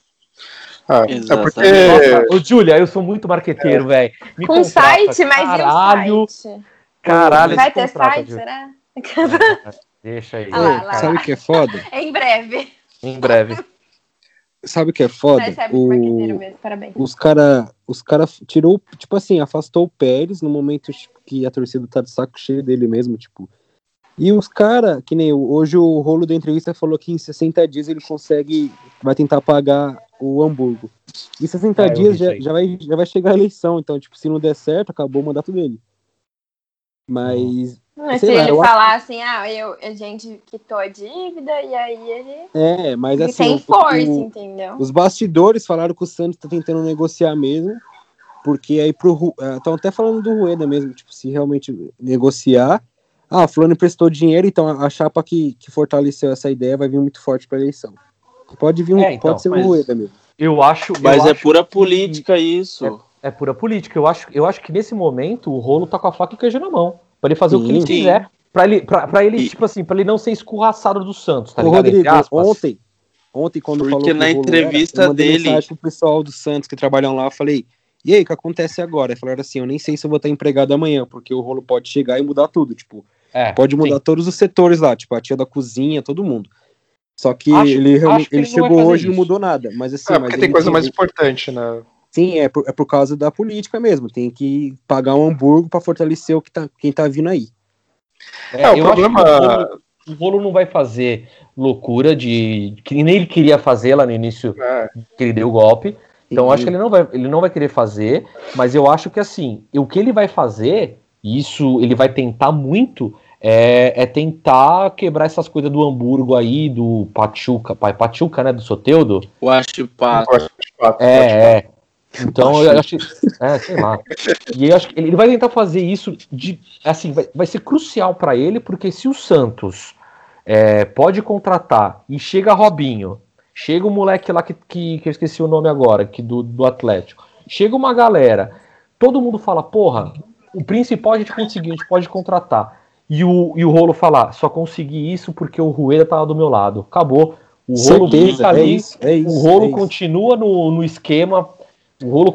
Ô, Júlia, eu sou muito marqueteiro, velho. Com site, mas caralho, e o site? Caralho, vai ter site, será? Deixa aí. Sabe o que é foda? Em breve. Em breve. Sabe o que é foda? Os cara tirou, tipo assim, afastou o Pérez no momento que a torcida tá de saco cheio dele mesmo, tipo. E os cara, que nem hoje o Rolo da entrevista falou que em 60 dias ele vai tentar pagar o Hamburgo. Em 60 dias já vai chegar a eleição, então, tipo, se não der certo, acabou o mandato dele. Mas se ele falar assim, a gente quitou a dívida e aí ele... mas ele assim... tem força, entendeu? Os bastidores falaram que o Santos tá tentando negociar mesmo, porque aí estão até falando do Rueda mesmo, tipo, se realmente negociar... o fulano emprestou dinheiro, então a chapa que fortaleceu essa ideia vai vir muito forte pra eleição. Pode vir pode ser o Rueda mesmo. Mas é pura política isso. É pura política. Eu acho que nesse momento o Rolo tá com a faca e o queijo na mão. Pra ele fazer o que ele quiser. Pra ele, tipo assim, pra ele não ser escorraçado do Santos, tá ligado? Rodrigo, ontem quando falou na entrevista eu mandei dele... mensagem pro pessoal do Santos que trabalham lá, eu falei, e aí, o que acontece agora? Eles falaram assim, eu nem sei se eu vou estar empregado amanhã, porque o Rolo pode chegar e mudar tudo, tipo, pode mudar todos os setores lá, tipo, a tia da cozinha, todo mundo. Só que ele chegou hoje e não mudou nada, mas assim... porque tem coisa mais importante, né? Sim, é por causa da política mesmo, tem que pagar um Hamburgo pra fortalecer quem tá vindo aí. O problema... O Rolo não vai fazer loucura que nem ele queria fazer lá no início que ele deu o golpe. Então eu acho que ele não vai querer fazer, mas eu acho que assim, o que ele vai fazer, isso ele vai tentar muito, é tentar quebrar essas coisas do Hamburgo aí, do Pachuca, né, do Soteldo. O Huachipato. Então eu acho, sei lá. E eu acho que ele vai tentar fazer isso assim, vai ser crucial para ele, porque se o Santos pode contratar e chega Robinho, chega o moleque lá que eu esqueci o nome agora, do Atlético. Chega uma galera, todo mundo fala, porra, o principal a gente conseguiu, a gente pode contratar. E o Rolo falar, só consegui isso porque o Rueda tava do meu lado. Acabou. O Rolo fica ali, o Rolo continua no esquema, o Rolo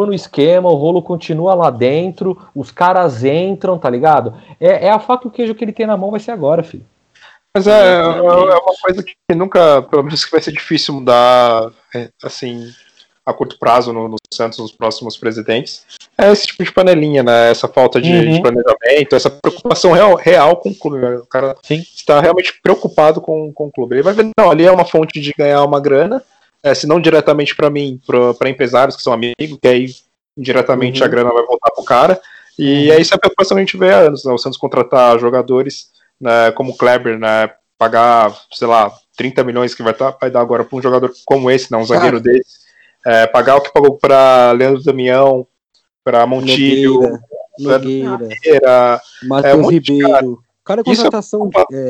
continua lá dentro, os caras entram, tá ligado? É a faca e o queijo que ele tem na mão, vai ser agora, filho. Mas é uma coisa que nunca, pelo menos que vai ser difícil mudar, assim, a curto prazo no Santos, nos próximos presidentes. É esse tipo de panelinha, né? Essa falta de planejamento, essa preocupação real com o clube. Né? O cara está realmente preocupado com o clube. Ele vai ver, não, ali é uma fonte de ganhar uma grana, se não diretamente para mim, para empresários que são amigos, que aí indiretamente a grana vai voltar pro cara. E é isso a preocupação que a gente vê há anos, né? O Santos contratar jogadores, né, como o Kleber, né, pagar, sei lá, 30 milhões que vai dar agora para um jogador como esse, não, um zagueiro desse, pagar o que pagou para Leandro Damião, para Montilho, Nogueira, Matheus Ribeiro, cada contratação,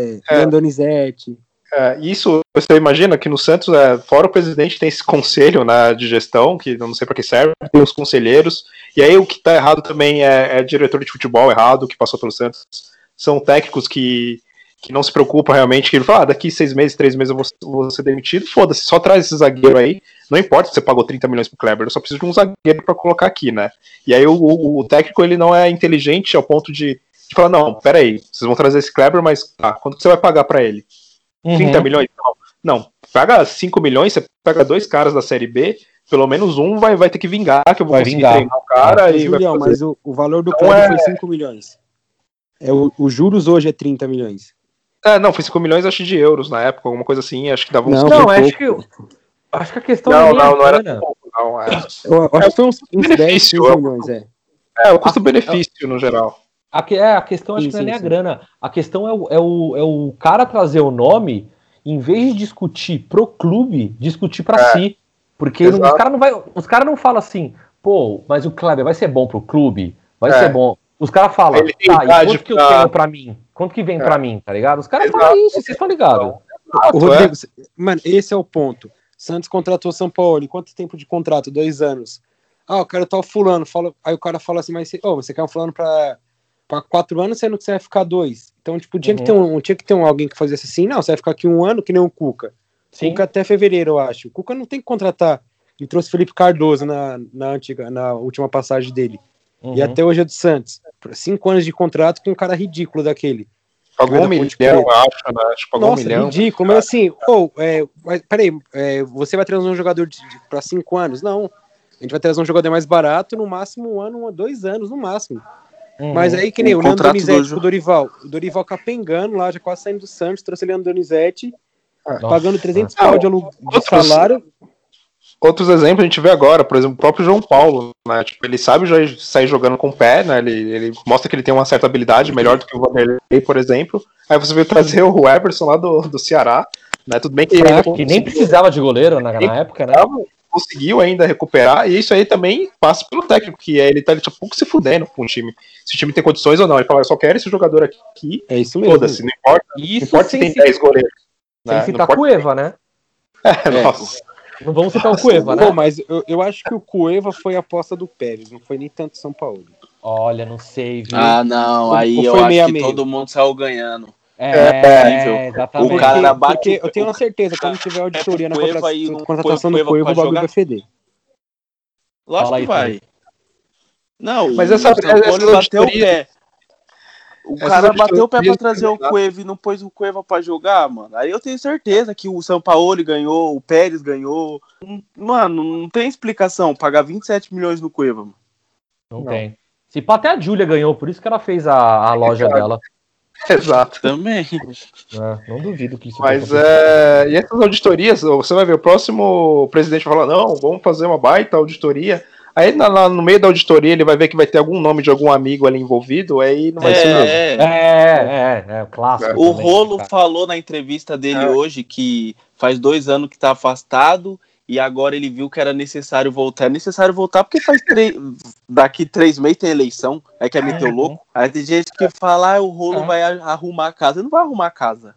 Donizete. Isso, você imagina que no Santos, fora o presidente, tem esse conselho, né, de gestão, que eu não sei para que serve, tem os conselheiros, e aí o que está errado também é diretor de futebol errado, que passou pelo Santos, são técnicos que não se preocupam realmente, que ele fala, daqui 6 meses, 3 meses eu vou ser demitido, foda-se, só traz esse zagueiro aí, não importa se você pagou 30 milhões pro Kleber, eu só preciso de um zagueiro para colocar aqui, né, e aí o técnico, ele não é inteligente ao ponto de falar, não, peraí, vocês vão trazer esse Kleber, mas quanto que você vai pagar para ele? 30 milhões? Não, paga 5 milhões, você pega 2 caras da Série B, pelo menos um vai ter que vingar, que eu vou conseguir treinar o cara. Julião, mas o valor do Kleber foi 5 milhões. Os juros hoje é 30 milhões. Não, foi 5 milhões, acho, de euros na época, alguma coisa assim, acho que dava uns... Acho que a questão não era pouco, não. Eu acho que foi uns 10 milhões, o custo-benefício, no geral. A questão acho que não é nem a grana. A questão é o cara trazer o nome, em vez de discutir pro clube, discutir pra si. Porque os caras não falam assim, pô, mas o Kleber vai ser bom pro clube? Vai ser bom. Os caras falam, e quanto que eu tenho pra mim? Quanto que vem pra mim, tá ligado? Os caras falam isso, vocês estão ligados. Rodrigo, mano, esse é o ponto. Santos contratou São Paulo, em quanto tempo de contrato? 2 anos. O cara tá o fulano, aí o cara fala assim, mas você quer um fulano pra 4 anos, sendo que você vai ficar 2. Então, tipo, tinha que ter alguém que fazesse assim, não, você vai ficar aqui 1 ano, que nem o Cuca. Sim. Cuca até fevereiro, eu acho. O Cuca não tem que contratar. Ele trouxe Felipe Cardoso na última passagem dele. E até hoje é do Santos. 5 anos de contrato com um cara ridículo daquele. Pagou 1 milhão, eu acho, né? Tipo, pagou 1 milhão. Ridículo, mas assim, mas peraí, você vai trazer um jogador pra 5 anos? Não. A gente vai trazer um jogador mais barato, no máximo 1 ano, 2 anos, no máximo. Mas aí, que nem o Leandro Donizete com o Dorival. O Dorival capengando lá, já quase saindo do Santos, trouxe o Leandro Donizete, pagando 300 pau de salário. Outros exemplos a gente vê agora, por exemplo, o próprio João Paulo, né? Tipo, ele sabe já sair jogando com o pé, né? Ele mostra que ele tem uma certa habilidade, melhor do que o Vanderlei, por exemplo. Aí você veio trazer o Everson lá do Ceará, né? Tudo bem que nem precisava de goleiro na época, né? Conseguiu ainda recuperar, e isso aí também passa pelo técnico, que ele tá pouco se fudendo com o time. Se o time tem condições ou não. Ele fala, eu só quero esse jogador aqui. É isso mesmo. Foda-se, não importa. Isso não importa se tem 10 goleiros. Sem citar Cueva, né? Nossa. Não vamos citar o Cueva, né? Pô, mas eu acho que o Cueva foi a aposta do Pérez, não foi nem tanto São Paulo. Olha, não sei, viu? Ah, não, aí eu acho que todo mundo saiu ganhando. Exatamente. O cara bate. Porque eu tenho uma certeza, quando tiver auditoria na contratação do Cueva, o bagulho vai feder. Lógico que vai. Não, mas essa bateu o pé. O cara bateu o pé pra trazer o Cueva e não pôs o Cueva pra jogar, mano. Aí eu tenho certeza que o Sampaoli ganhou, o Pérez ganhou. Mano, não tem explicação pagar 27 milhões no Cueva, mano. Não tem. Se pá, até a Júlia ganhou, por isso que ela fez a loja dela. Exato. Também. Não duvido que isso Mas e essas auditorias, você vai ver, o próximo presidente vai falar, não, vamos fazer uma baita auditoria. Aí no meio da auditoria ele vai ver que vai ter algum nome de algum amigo ali envolvido, aí não vai ser nada. Clássico. O Rolo falou na entrevista dele hoje que faz 2 anos que tá afastado e agora ele viu que era necessário voltar. É necessário voltar porque daqui 3 meses tem eleição, aí quer meter o louco. Aí tem gente que fala, o Rolo vai arrumar a casa. Ele não vai arrumar a casa.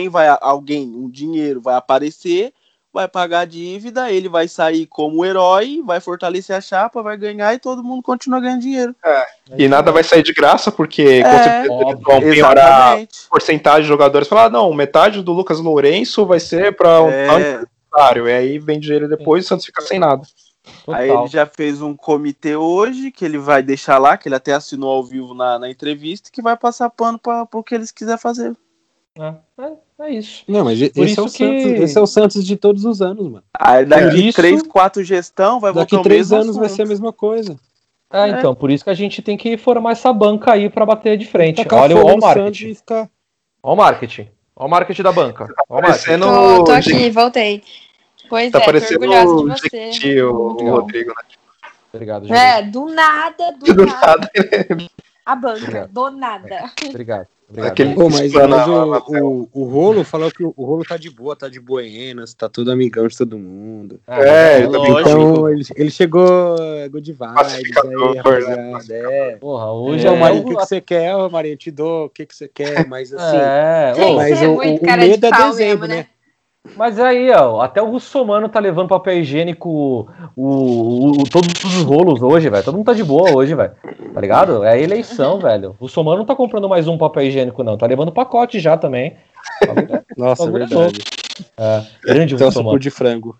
Um dinheiro vai aparecer, vai pagar a dívida, ele vai sair como herói, vai fortalecer a chapa, vai ganhar e todo mundo continua ganhando dinheiro. E nada vai sair de graça, porque com certeza eles vão piorar a porcentagem de jogadores. Falar, não, metade do Lucas Lourenço vai ser para um e aí vem dinheiro depois e o Santos fica sem nada. Total. Aí ele já fez um comitê hoje, que ele vai deixar lá, que ele até assinou ao vivo na entrevista, que vai passar pano para o que eles quiserem fazer. É isso. Não, mas esse é o Santos de todos os anos, mano. Aí daqui 3, 4 gestão vai voltar o mesmo. Daqui 3 anos vai ser a mesma coisa. Então, por isso que a gente tem que formar essa banca aí pra bater de frente. Olha o marketing. Olha o marketing. Olha o marketing da banca. Tô aqui, voltei. Pois tá tô orgulhosa de você. O Rodrigo, né? Obrigado, gente. Do nada. A banca, do nada. Obrigado. Mas o Rolo falou que o Rolo tá de boa, tá de buenas, tá todo amigão de todo mundo. Então ele chegou good vibes aí, rapaziada. Porra, hoje Marinho, o que você quer, Marinho? Eu te dou, o que você quer, mas assim. Mas o medo é dezembro, né? Mas aí, até o Russomano tá levando papel higiênico todos os rolos hoje, velho. Todo mundo tá de boa hoje, velho. Tá ligado? É eleição, velho. O Russomano não tá comprando mais um papel higiênico, não. Tá levando pacote já também. Nossa, verdade. Grande Russomano. De frango.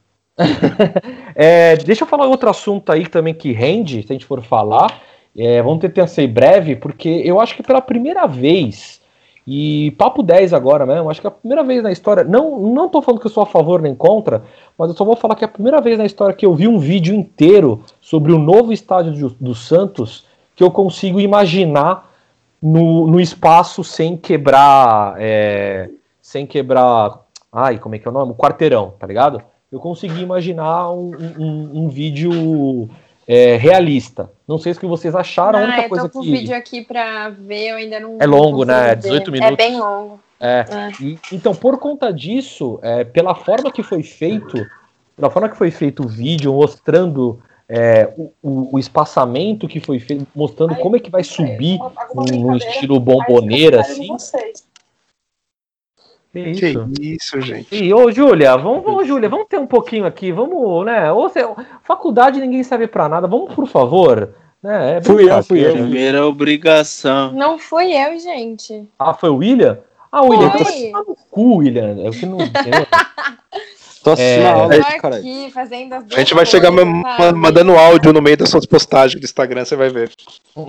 Deixa eu falar outro assunto aí também que rende, se a gente for falar. Vamos tentar ser breve, porque eu acho que pela primeira vez... E papo 10 agora mesmo, acho que é a primeira vez na história, não tô falando que eu sou a favor nem contra, mas eu só vou falar que é a primeira vez na história que eu vi um vídeo inteiro sobre o novo estádio do Santos que eu consigo imaginar no espaço sem quebrar, como é que é o nome? O quarteirão, tá ligado? Eu consegui imaginar um vídeo realista. Não sei o que vocês acharam. A única coisa eu tô com o vídeo aqui pra ver, eu ainda não... É longo, né? 18 minutos. É bem longo. Então, por conta disso, pela forma que foi feito o vídeo, mostrando o espaçamento que foi feito, mostrando como é que vai subir no estilo bomboneira, assim. Que isso, gente. E, Júlia, vamos ter um pouquinho aqui, vamos, né? Faculdade ninguém serve pra nada, vamos, por favor. Fui eu. Primeira obrigação. Não fui eu, gente. Foi o William? William, tá no cu, William. É o que não entendo. Tô assistindo a aula aí, caralho. Aqui, fazendo as duas A gente vai chegar mandando áudio no meio das suas postagens do Instagram, você vai ver.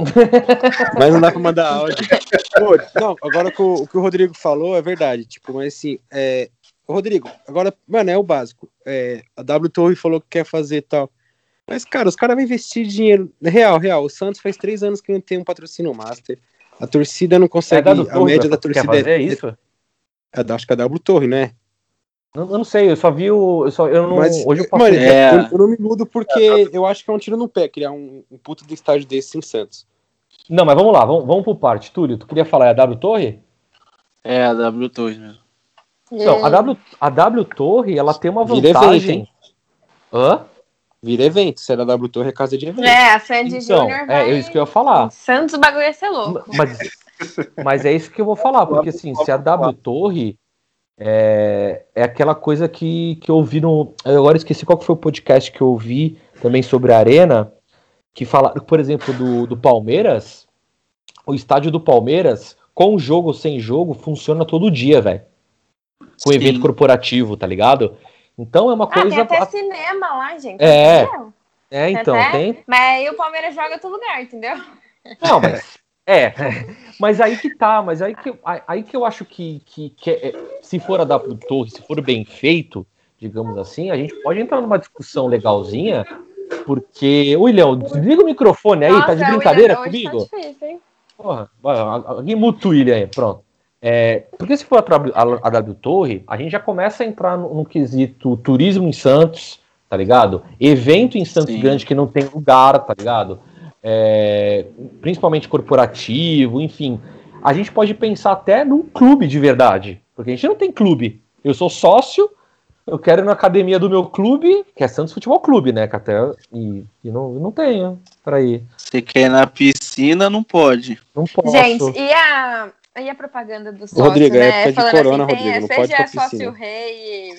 Mas não dá pra mandar áudio. Pô, não, agora o que o Rodrigo falou é verdade. Tipo, mas assim, Rodrigo, agora, mano, é o básico. A W Torre falou que quer fazer tal. Mas, cara, os caras vão investir dinheiro. Real. O Santos faz 3 anos que não tem um patrocínio master. A torcida não consegue. A média da torcida quer fazer isso? Acho que é a W Torre, né? Eu não sei, eu só vi o. Hoje eu mano, eu não me mudo porque eu acho que é um tiro no pé criar um puto de estádio desse em Santos. Não, mas vamos lá, vamos por parte. Túlio, tu queria falar, é a W Torre? É, a W Torre mesmo. Não, a W Torre, ela tem uma Vira vantagem. Evento, Hã? Vira evento, se é da W Torre é casa de evento. A Sandy Então, Júnior vai... é isso que eu ia falar. Santos, o bagulho ia ser louco. Mas é isso que eu vou falar, porque assim, se a W Torre é aquela coisa que eu ouvi no... Eu agora esqueci qual que foi o podcast que eu ouvi também sobre a Arena, que fala, por exemplo, do Palmeiras, o estádio do Palmeiras, com jogo ou sem jogo, funciona todo dia, velho. Com evento corporativo, tá ligado? Então é uma coisa... tem até cinema lá, gente. Então, tem... Mas aí o Palmeiras joga em outro lugar, entendeu? Não, mas... mas aí que tá, aí que eu acho que se for a W Torre, se for bem feito, digamos assim, a gente pode entrar numa discussão legalzinha, porque... William, desliga o microfone aí, tá de brincadeira comigo? Tá difícil, hein? Porra, alguém muta o William aí, pronto. Porque se for a W Torre, a gente já começa a entrar no quesito turismo em Santos, tá ligado? Evento em Santos grande que não tem lugar, tá ligado? Principalmente corporativo, enfim. A gente pode pensar até num clube de verdade, porque a gente não tem clube. Eu sou sócio, eu quero ir na academia do meu clube, que é Santos Futebol Clube, né? Que até e não tenho pra ir. Você quer ir na piscina, não pode. Não posso. Gente, e a propaganda do sócio, Rodrigo, né? época de corona, Rodrigo, não pode seja ir pra piscina. sócio rei...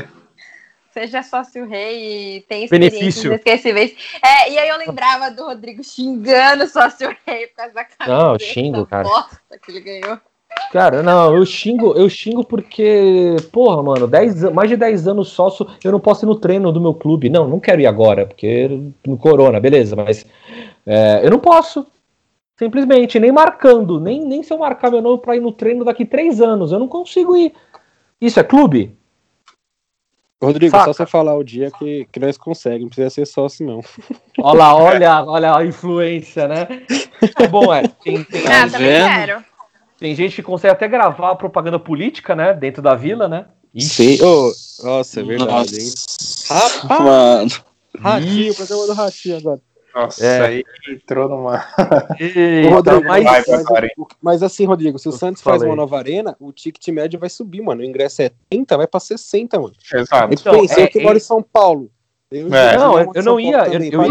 Seja sócio rei e tem experiências inesquecíveis. E aí eu lembrava do Rodrigo xingando o sócio rei por causa da camiseta. Não, eu xingo, cara. Bosta que ele ganhou. Cara, não, eu xingo porque, porra, mano, mais de 10 anos sócio, eu não posso ir no treino do meu clube. Não quero ir agora, porque no corona, beleza, mas eu não posso. Simplesmente, nem marcando, nem se eu marcar meu nome pra ir no treino daqui 3 anos, eu não consigo ir. Isso é clube? Rodrigo, Saca. só você falar o dia que nós conseguimos, não precisa ser sócio, não. Olha a influência, né? Bom, tem também quero. Tem gente que consegue até gravar propaganda política, né? Dentro da vila, né? Sim. Nossa, é verdade, hein? Rapaz, mano. Ratinho, o programa do Ratinho agora. Nossa, aí entrou numa... Mas assim, Rodrigo, se o Santos faz uma nova arena, o ticket médio vai subir, mano. O ingresso é 30, vai pra 60, mano. Exato. Então, eu que moro em São Paulo. Eu não ia.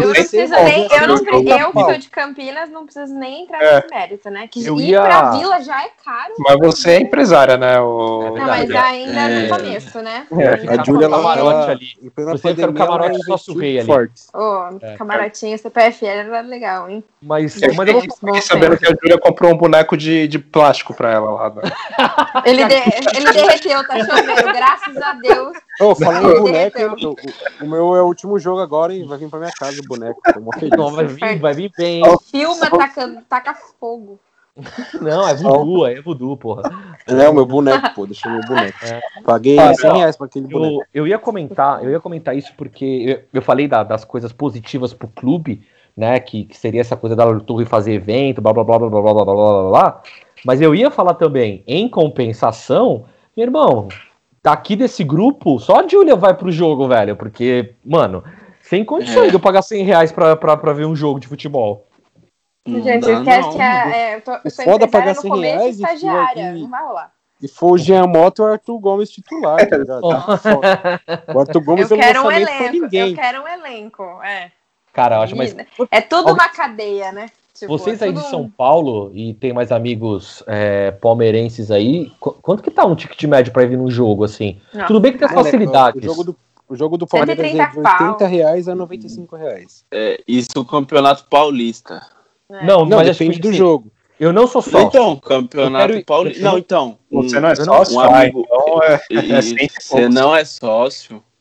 Eu que sou de Campinas, não preciso nem entrar nesse mérito, né? Que ir pra vila já é caro. Mas você é empresária, né? Não, mas ainda no começo, né? A Júlia lá camarote ali. Você fica no camarote sócio rei ali. Camarotinho, CPF era legal, hein? Mas eu fiquei sabendo que a Júlia comprou um boneco de plástico pra ela lá. Né? Ele derreteu, tá chovendo, graças a Deus. Falando em boneco, o meu é o último jogo agora, hein? Vai vir pra minha casa o boneco. Tô mó feliz. Não, vai vir bem. Filma, taca fogo. Não, é voodoo, porra. É o meu boneco, pô, deixa o meu boneco. Paguei R$100 pra aquele boneco. Eu ia comentar isso porque eu falei das coisas positivas pro clube, né? Que seria essa coisa da Torre fazer evento, blá blá blá blá blá blá blá blá blá. Mas eu ia falar também, em compensação, meu irmão, daqui desse grupo, só a Júlia vai pro jogo, velho, porque, mano, sem condições de eu pagar R$100 pra ver um jogo de futebol. Gente, eu quero que eu sou foda pagar no começo R$100 estagiária, não vai rolar. E foi o Jean Mota e o Arthur Gomes titular, tá ligado? O Arthur Gomes eu quero não foi ninguém. Eu quero um elenco, Cara, eu acho, mas... É tudo uma cadeia, né? Tipo, vocês aí de São Paulo e tem mais amigos palmeirenses aí, quanto que tá um ticket médio pra ir vir num jogo, assim? Não, tudo bem que tem as facilidades. O jogo do Palmeiras é de R$80 a R$95. Isso é o Campeonato Paulista. Não, mas depende do jogo. Eu não sou sócio. Então, Campeonato Paulista... Não, então. Você não é sócio? Você não é sócio,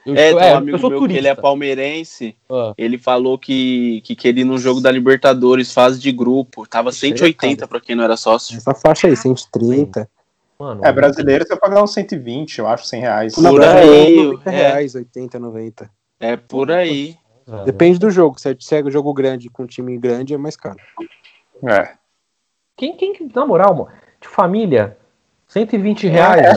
Tem um amigo meu turista. Que ele é palmeirense, ele falou que queria ir no jogo da Libertadores, fase de grupo, tava 180 pra quem não era sócio. Essa faixa aí, 130. Mano, brasileiro você vai pagar uns 120, eu acho, R$100. Por aí, R$80, 90. É por aí. Depende do jogo, se é jogo grande com time grande é mais caro. Quem na moral, mano, de família, R$120,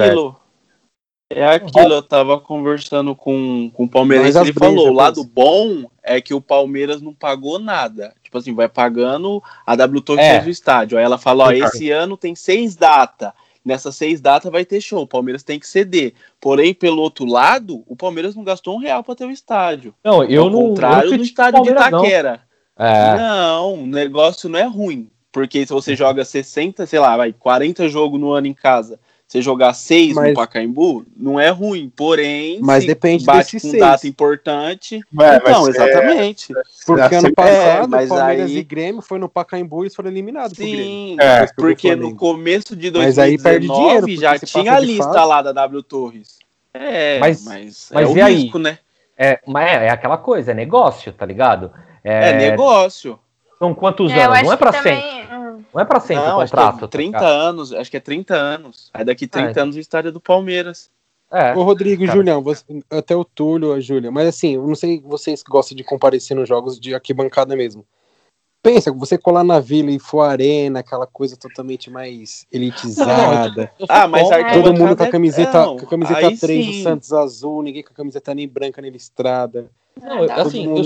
É aquilo, eu tava conversando com o Palmeirense, ele falou, o lado bom é que o Palmeiras não pagou nada. Tipo assim, vai pagando, a W Torres fez o estádio. Aí ela falou, esse ano tem 6 datas. Nessas 6 datas vai ter show, o Palmeiras tem que ceder. Porém, pelo outro lado, o Palmeiras não gastou R$1 pra ter o estádio. Não, ao contrário do estádio de Itaquera. Não, o negócio não é ruim. Porque se você joga 60, 40 jogos no ano em casa, você jogar 6 no Pacaembu, não é ruim. Porém, mas depende bate com data importante. Então, exatamente. Porque ano passado, Palmeiras e Grêmio foi no Pacaembu e eles foram eliminados. Sim, porque no começo de 2019 já tinha a lista lá da W Torres. Mas é o risco, né? Mas é aquela coisa, é negócio, tá ligado? É negócio. São quantos anos? Não é pra sempre. Não é pra sempre o contrato. Acho que é 30 anos. Acho que é 30 anos. Aí daqui 30 anos o estádio é do Palmeiras. Ô Rodrigo e Julião, até o Túlio, a Júlia, mas assim, eu não sei vocês que gostam de comparecer nos jogos de arquibancada mesmo. Pensa, você colar na Vila e for arena, aquela coisa totalmente mais elitizada. Mas todo mundo com a camiseta 3 do Santos azul, ninguém com a camiseta nem branca nem listrada. Todo mundo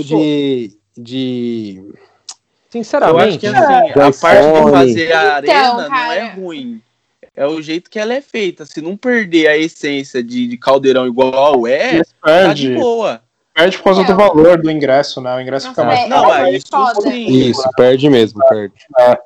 de sinceramente, eu acho que a parte de fazer a arena não é ruim. É o jeito que ela é feita. Se não perder a essência de caldeirão igual tá de boa. Perde por causa do valor do ingresso, né? O ingresso fica mais caro. Isso, perde mesmo, perde.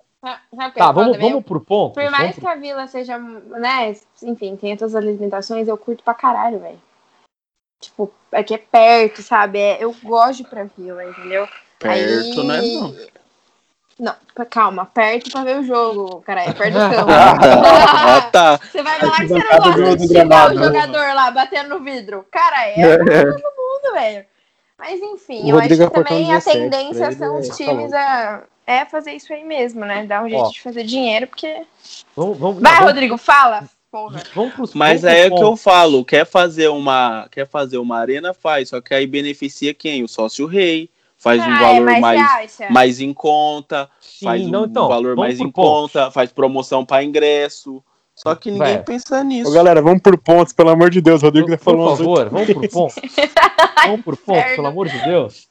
Vamos pro ponto. Por mais que a Vila seja, né, enfim, tenha todas as limitações, eu curto pra caralho, velho. Tipo, aqui é perto, sabe? Eu gosto de ir pra Vila, entendeu? Perto, né? Não, calma, perto pra ver o jogo, caralho, perto do campo. Tá. Você vai falar que você não gosta de xingar o jogador lá, batendo no vidro. Cara, é todo mundo, velho. Mas enfim, eu acho que também a tendência são os times a fazer isso aí mesmo, né? Dar um jeito de fazer dinheiro, porque... Rodrigo, fala, porra. Mas aí é o que eu falo, quer fazer uma arena, faz, só que aí beneficia quem? O sócio rei. Faz um valor mais em conta, faz valor mais em conta, faz promoção para ingresso. Só que ninguém pensa nisso. Ô, galera, vamos por pontos, pelo amor de Deus. Rodrigo por favor, vamos por pontos. Vamos por pontos, pelo amor de Deus.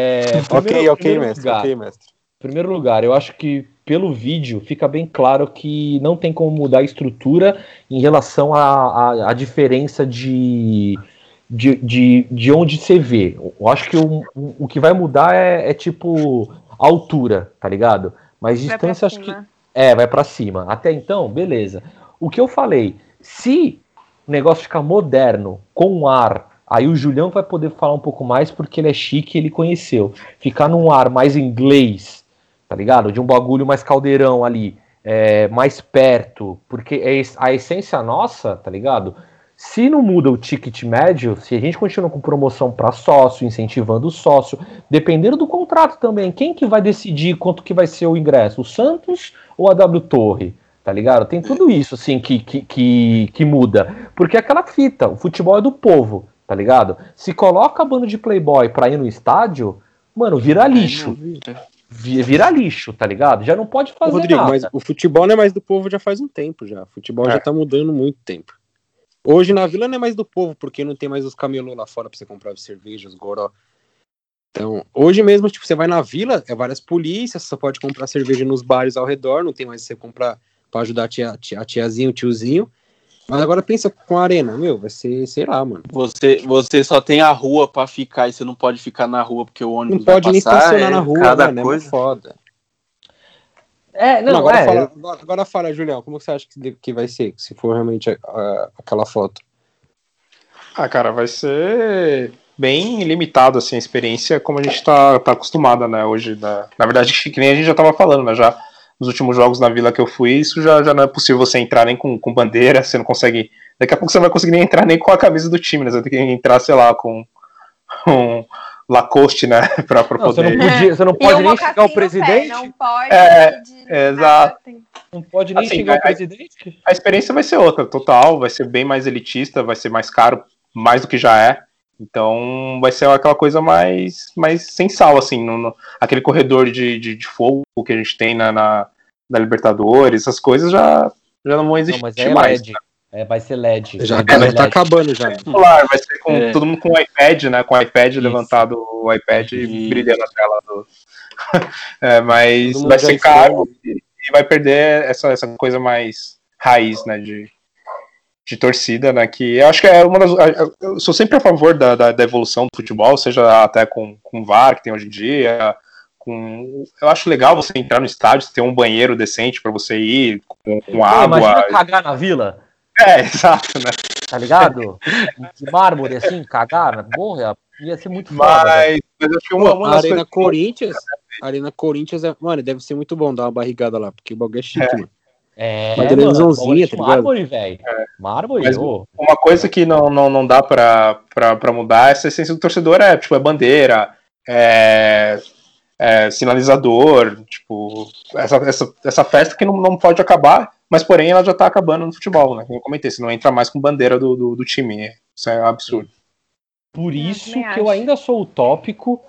Ok, mestre. Em primeiro lugar, eu acho que pelo vídeo fica bem claro que não tem como mudar a estrutura em relação à diferença de onde você vê. Eu acho que o que vai mudar é tipo altura, tá ligado? Mas distância acho que vai pra cima. Até então, beleza. O que eu falei, se o negócio ficar moderno, com ar, aí o Julião vai poder falar um pouco mais porque ele é chique e ele conheceu. Ficar num ar mais inglês, tá ligado? De um bagulho mais caldeirão ali, mais perto, porque a essência nossa, tá ligado? Se não muda o ticket médio, se a gente continua com promoção para sócio, incentivando o sócio, dependendo do contrato também, quem que vai decidir quanto que vai ser o ingresso? O Santos ou a W Torre? Tá ligado? Tem tudo isso, assim, que muda. Porque é aquela fita, o futebol é do povo, tá ligado? Se coloca a banda de playboy pra ir no estádio, mano, vira lixo. Vira lixo, tá ligado? Já não pode fazer Rodrigo, nada. Mas o futebol não é mais do povo já faz um tempo já. O futebol já tá mudando muito tempo. Hoje na Vila não é mais do povo, porque não tem mais os camelô lá fora pra você comprar cerveja, os goró. Então, hoje mesmo, tipo, você vai na Vila, várias polícias, você só pode comprar cerveja nos bares ao redor, não tem mais você comprar pra ajudar a tiazinha, o tiozinho. Mas agora pensa com a arena, vai ser, sei lá, mano. Você só tem a rua pra ficar e você não pode ficar na rua porque o ônibus não pode vai passar, nem estacionar na rua, cada mano, coisa. É foda. Agora fala, Julião, como você acha que vai ser, se for realmente aquela foto? Cara, vai ser bem limitado, assim, a experiência como a gente tá acostumado, né, hoje. Na verdade, que nem a gente já tava falando, né, já nos últimos jogos na Vila que eu fui, isso já não é possível você entrar nem com bandeira, você não consegue... Daqui a pouco você não vai conseguir nem entrar nem com a camisa do time, né? Você vai ter que entrar, sei lá, com Lacoste, né? Pra poder... Você não pode nem xingar o presidente? Não pode. Exato. Não pode nem xingar o presidente? A experiência vai ser outra, total. Vai ser bem mais elitista, vai ser mais caro, mais do que já é. Então vai ser aquela coisa mais sem sal, assim. Aquele corredor de fogo que a gente tem na Libertadores, essas coisas já não vão existir mais. LED. Vai ser LED. Vai tá acabando já. Vai ser com todo mundo com o iPad, né? Com o iPad levantado, o iPad brilhando a tela. Mas vai ser caro e vai perder essa coisa mais raiz, né? De torcida, né? Que eu acho que é uma das. Eu sou sempre a favor da evolução do futebol, seja até com o VAR que tem hoje em dia. Eu acho legal você entrar no estádio, ter um banheiro decente pra você ir, com água. Imagina cagar na Vila. Exato, né? Tá ligado? De mármore, assim, cagar, morra, ia ser muito foda. Mas eu acho que uma das Arena Corinthians, Arena Corinthians, mano, deve ser muito bom dar uma barrigada lá, porque o bagulho é chique, mano. Uma televisãozinha, tá ligado? Mármore, velho. Mármore, mas uma coisa que não dá pra mudar, essa essência do torcedor é bandeira, sinalizador, tipo, essa festa que não pode acabar, mas porém ela já tá acabando no futebol, né? Como eu comentei, você não entra mais com bandeira do time, isso é um absurdo. Por isso que eu ainda sou utópico,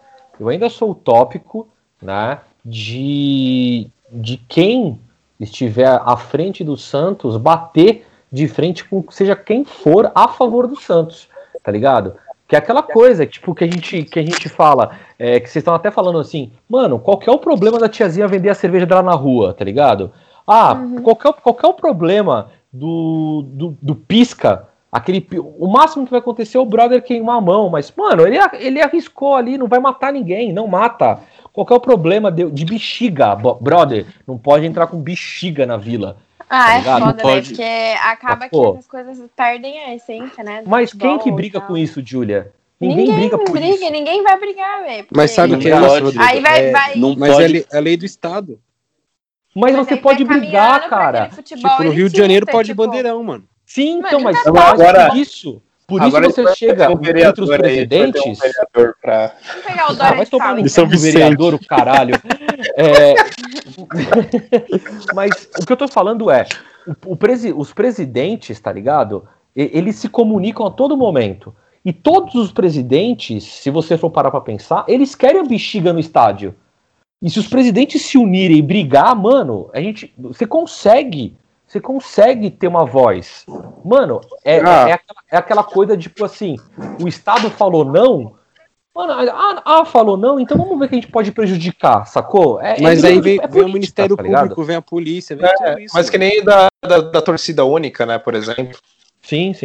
né, de quem estiver à frente do Santos bater de frente com seja quem for a favor do Santos, tá ligado? Que é aquela coisa tipo, que a gente fala, que vocês estão até falando assim, mano, qual que é o problema da tiazinha vender a cerveja dela na rua, tá ligado? Qual que é o problema do pisca? O máximo que vai acontecer é o brother queimar a mão, mas, mano, ele arriscou ali, não vai matar ninguém, não mata. Qual que é o problema de bexiga, brother? Não pode entrar com bexiga na Vila. Tá foda, né? Porque acaba que essas coisas perdem a essência, né? Mas quem que briga com isso, Júlia? Ninguém briga por isso. Ninguém vai brigar, velho. Mas sabe o que é isso, Rodrigo? Aí vai... Mas é lei do Estado. Mas você pode brigar, cara. Tipo, no Rio de Janeiro pode bandeirão, mano. Sim, então, mas agora, por isso você chega entre os presidentes... Vamos pegar o Dória vai tomar no São Vicente. vereador, o caralho. Mas o que eu tô falando é, os presidentes, tá ligado? Eles se comunicam a todo momento. E todos os presidentes, se você for parar pra pensar, eles querem a bexiga no estádio. E se os presidentes se unirem e brigar, mano, você consegue ter uma voz. Mano, é aquela coisa de, tipo assim, o Estado falou não, mano, falou não, então vamos ver que a gente pode prejudicar, sacou? Mas aí vem o Ministério Público, vem a polícia, vem tudo isso. Mas que nem da torcida única, né, por exemplo. Sim.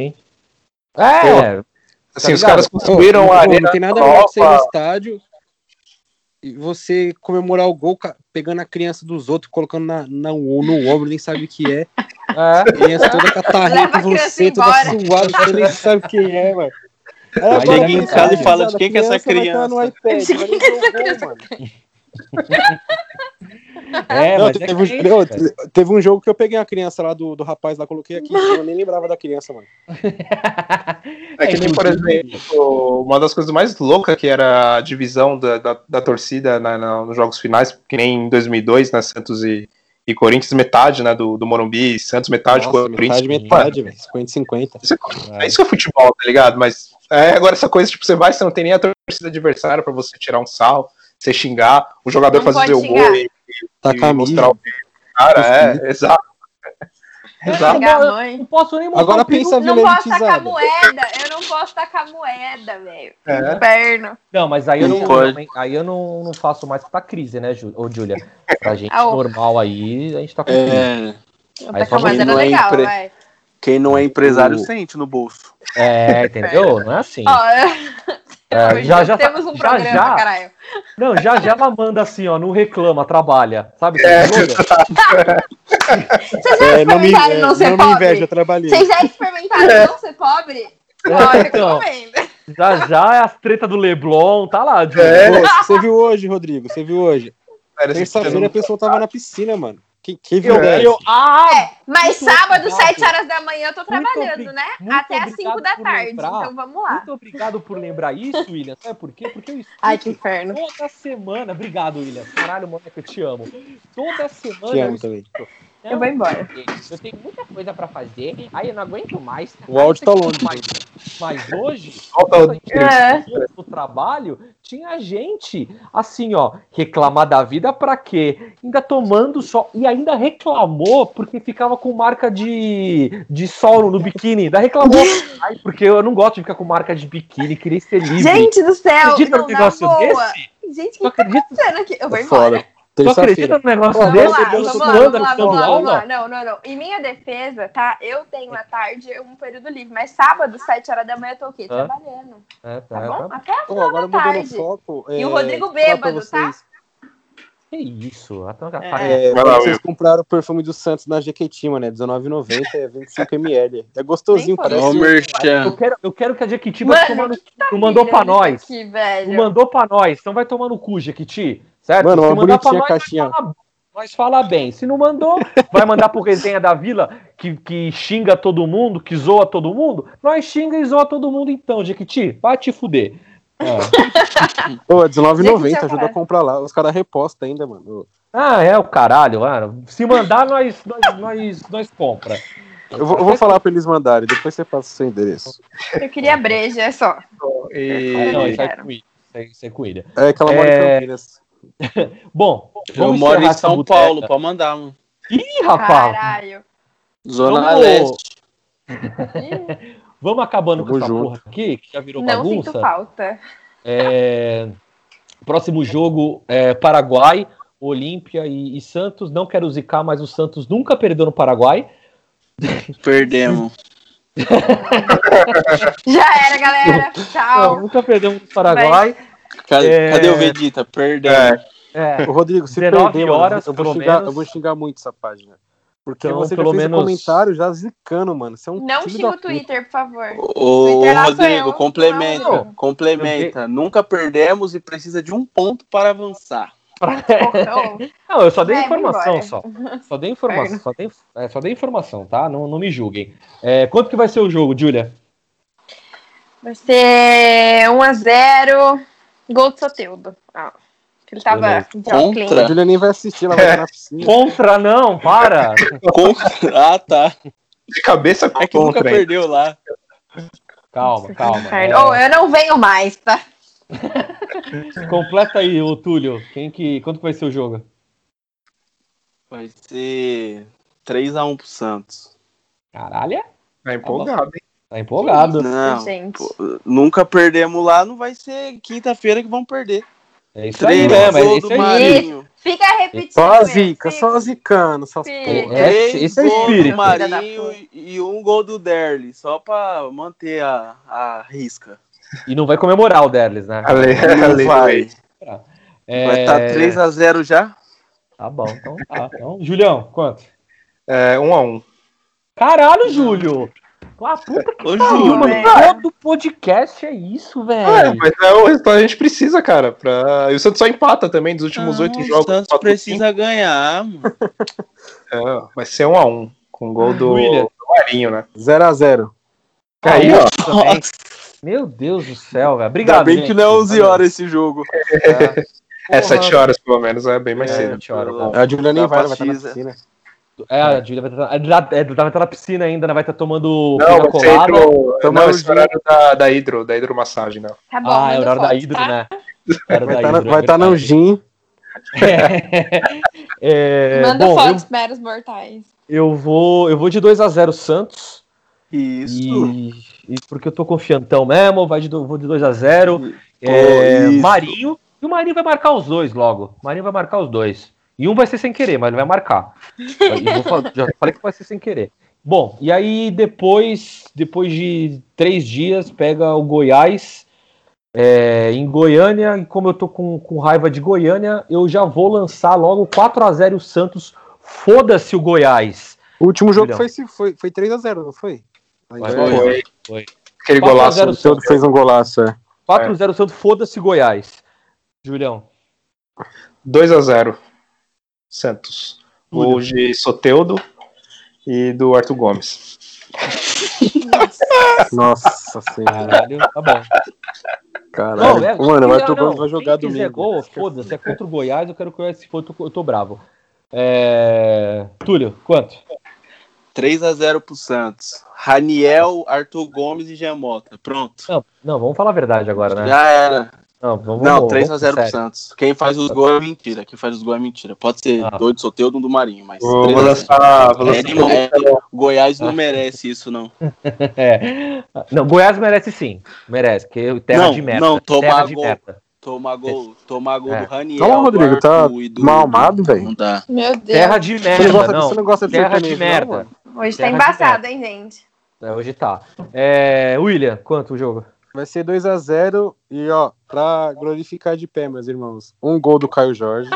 Assim, os caras construíram a arena. Não tem nada melhor que você ir no estádio e você comemorar o gol pegando a criança dos outros, colocando no ombro, nem sabe o que é. A criança toda catarrenta, você toda suada, você nem sabe quem é, mano. Chega em casa e fala de quem que é essa criança. No iPad, teve um jogo que eu peguei a criança lá do rapaz lá, coloquei aqui, eu nem lembrava da criança, mano. Que nem, por exemplo, uma das coisas mais loucas que era a divisão da torcida nos jogos finais, que nem em 2002, né, Santos e Corinthians, metade, né, do Morumbi, Santos, metade, Corinthians. Metade, velho, 50-50. É isso que é futebol, tá ligado? Mas agora essa coisa, tipo, você não tem nem a torcida adversária pra você tirar um sal, você xingar, o jogador fazer o gol e mostrar o cara, exato. Exato. Não posso nem mostrar. Agora pensa não posso tacar moeda. Eu não posso tacar moeda, velho. Inferno. Não, mas aí eu não faço mais pra crise, né, Júlia? Pra gente normal aí, a gente tá com crise. Tacar moeda era legal, vai. Quem não é empresário sente no bolso. Entendeu? Não é assim. Já temos um programa, caralho. Não, já ela manda assim, ó, não reclama, trabalha. Sabe? Vocês já experimentaram não ser pobre? Me inveja, trabalhei. Vocês já experimentaram não ser pobre? Então, já é as treta do Leblon, tá lá. Você viu hoje, Rodrigo? Você viu hoje? Terça-feira a pessoa tava na piscina, mano. Que viu mas sábado, 7 horas da manhã, eu tô trabalhando, né? Até às 5 da tarde. Então vamos lá. Muito obrigado por lembrar isso, William. Sabe por quê? Porque eu escuto Ai, que inferno. toda semana. Obrigado, William. Caralho, moleque, eu te amo. Toda semana Te amo também. Eu vou embora. Eu tenho muita coisa pra fazer. Aí eu não aguento mais. O áudio tá longe. Mas hoje, É. no trabalho, tinha gente, assim, ó, reclamar da vida pra quê? Ainda tomando sol. E ainda reclamou porque ficava com marca de sol no biquíni. Ainda reclamou. Ai, porque eu não gosto de ficar com marca de biquíni, queria ser livre. Gente do céu! Acredita num negócio desse? Gente, o que tá acontecendo aqui? Eu vou embora. Fora. Tu acredita num negócio Vamos desse? lá. Não. Em minha defesa, tá? Eu tenho à tarde um período livre, mas sábado, 7 horas da manhã, eu tô o quê? Trabalhando. Tá bom? Até a final agora da tarde. Foco, e o Rodrigo bêbado, tá? Que isso? Vocês compraram o perfume do Santos na Jequiti, mano, né? R$19,90, é 25ml. É gostosinho, parece. Eu quero que a Jequiti vai tomar no cu. Não mandou pra nós. Não mandou pra nós. Então vai tomar no cu, Jequiti. Certo? Mano, se uma mandar pra bonitinha nós, caixinha. Nós fala bem. Se não mandou, vai mandar pro Resenha da Vila, que xinga todo mundo, que zoa todo mundo. Nós xinga e zoa todo mundo então, Jequiti. Vai te fuder. Pô, R$19,90, ajuda a comprar lá. Os caras repostam ainda, mano. O caralho, mano. Se mandar, nós compra. Eu vou falar pra eles mandarem, depois você passa o seu endereço. Eu queria breja, é só. Não, isso é com Ilha. É que ela mora em Campinas. Bom, eu moro em São Paulo, pode mandar, mano. Ih, rapaz! Caralho! Zona Leste. Vamos acabando com essa porra aqui, que já virou bagunça. Não sinto falta. Próximo jogo é Paraguai, Olímpia e Santos. Não quero zicar, mas o Santos nunca perdeu no Paraguai. Perdemos. Já era, galera. Tchau. Não, nunca perdemos no Paraguai. Cadê o Vegeta? Perdemos. O Rodrigo, se 19 perder, horas, mano, eu vou xingar muito essa página. Porque então, você pelo já fez menos... um comentário já zicando, mano. Você é um não xinga o Twitter, por favor. Ô, Rodrigo, complementa. Nunca perdemos e precisa de um ponto para avançar. Não, eu só dei informação só. Só dei informação, tá? Não me julguem. Quanto que vai ser o jogo, Júlia? Vai ser 1-0. Gol do Soteldo. Ele tava contra. A Júlia nem vai assistir, ela vai estar na piscina. Contra não, para! Contra. Tá. De cabeça contra. É que nunca perdeu lá. Calma. Eu não venho mais, tá? Completa aí, ô Túlio. Quanto que vai ser o jogo? Vai ser 3-1 pro Santos. Caralho. Tá empolgado, hein? Tá empolgado. Não, nunca perdemos lá, não vai ser quinta-feira que vão perder. É isso aí mesmo, é isso aí. Fica repetindo. Só zica, só zicando. Esse é o espírito. Do Marinho e um gol do Derli, só pra manter a risca. E não vai comemorar o Derlis, né? Não vai. Vai estar 3-0 já? Tá bom, então tá. Então, Julião, quanto? 1-1. Caralho, Júlio! A puta que pariu, mano. Todo podcast é isso, velho. Mas é o resultado que a gente precisa, cara. E o Santos só empata também dos últimos 8 jogos. O Santos precisa ganhar, mano. Vai ser 1-1. Com gol do Marinho, né? 0-0. Aí, ó. Meu Deus do céu, velho. Obrigado, ainda bem que não é 11 horas esse jogo. 7 horas, pelo menos, é bem mais cedo. 7 horas. A Júlia nem vai estar na piscina. A Júlia vai estar na piscina ainda, né? Vai estar tomando colada. Não, esse horário da hidromassagem, né? Tá bom, é o horário da hidro, né? Vai estar no gin. Manda fotos meros mortais. Eu vou de 2-0 Santos. Isso. E porque eu tô confiantão mesmo, vou de 2-0. Marinho. E o Marinho vai marcar os dois logo. O Marinho vai marcar os dois. E um vai ser sem querer, mas ele vai marcar. Já falei que vai ser sem querer. Bom, e aí depois de 3 dias, pega o Goiás em Goiânia. E como eu tô com raiva de Goiânia, eu já vou lançar logo 4-0 o Santos. Foda-se o Goiás. O último jogo foi 3-0, não foi? Foi. Aquele golaço. O Santos fez um golaço, 4-0 Santos, foda-se Goiás. Julião. 2-0. Santos. gol de Soteldo e do Arthur Gomes. Nossa senhora. Caralho, tá bom. Caralho. Mano, o Arthur Gomes vai jogar Quem quiser domingo. gol, foda-se, é contra o Goiás, eu quero que o Goiás se for, eu tô bravo. Túlio, quanto? 3-0 pro Santos. Raniel, Arthur Gomes e Giamota. Pronto. Não, vamos falar a verdade agora, né? Já era. Não, 3-0 pro Santos. Quem faz os gols é mentira. Pode ser doido, Soteldo, um do Marinho, mas... Vou lançar Goiás não merece isso, não. Não, Goiás merece sim. Merece, porque terra de merda. Não, terra de merda. Tomar gol do Raniel. Não, Rodrigo, tá mal amado, velho. Não dá. Meu Deus. Terra de merda, Você não gosta de terra de merda. Hoje tá embaçado, hein, gente? Hoje tá. William, quanto o jogo? Vai ser 2-0 e, ó, pra glorificar de pé, meus irmãos. Um gol do Caio Jorge.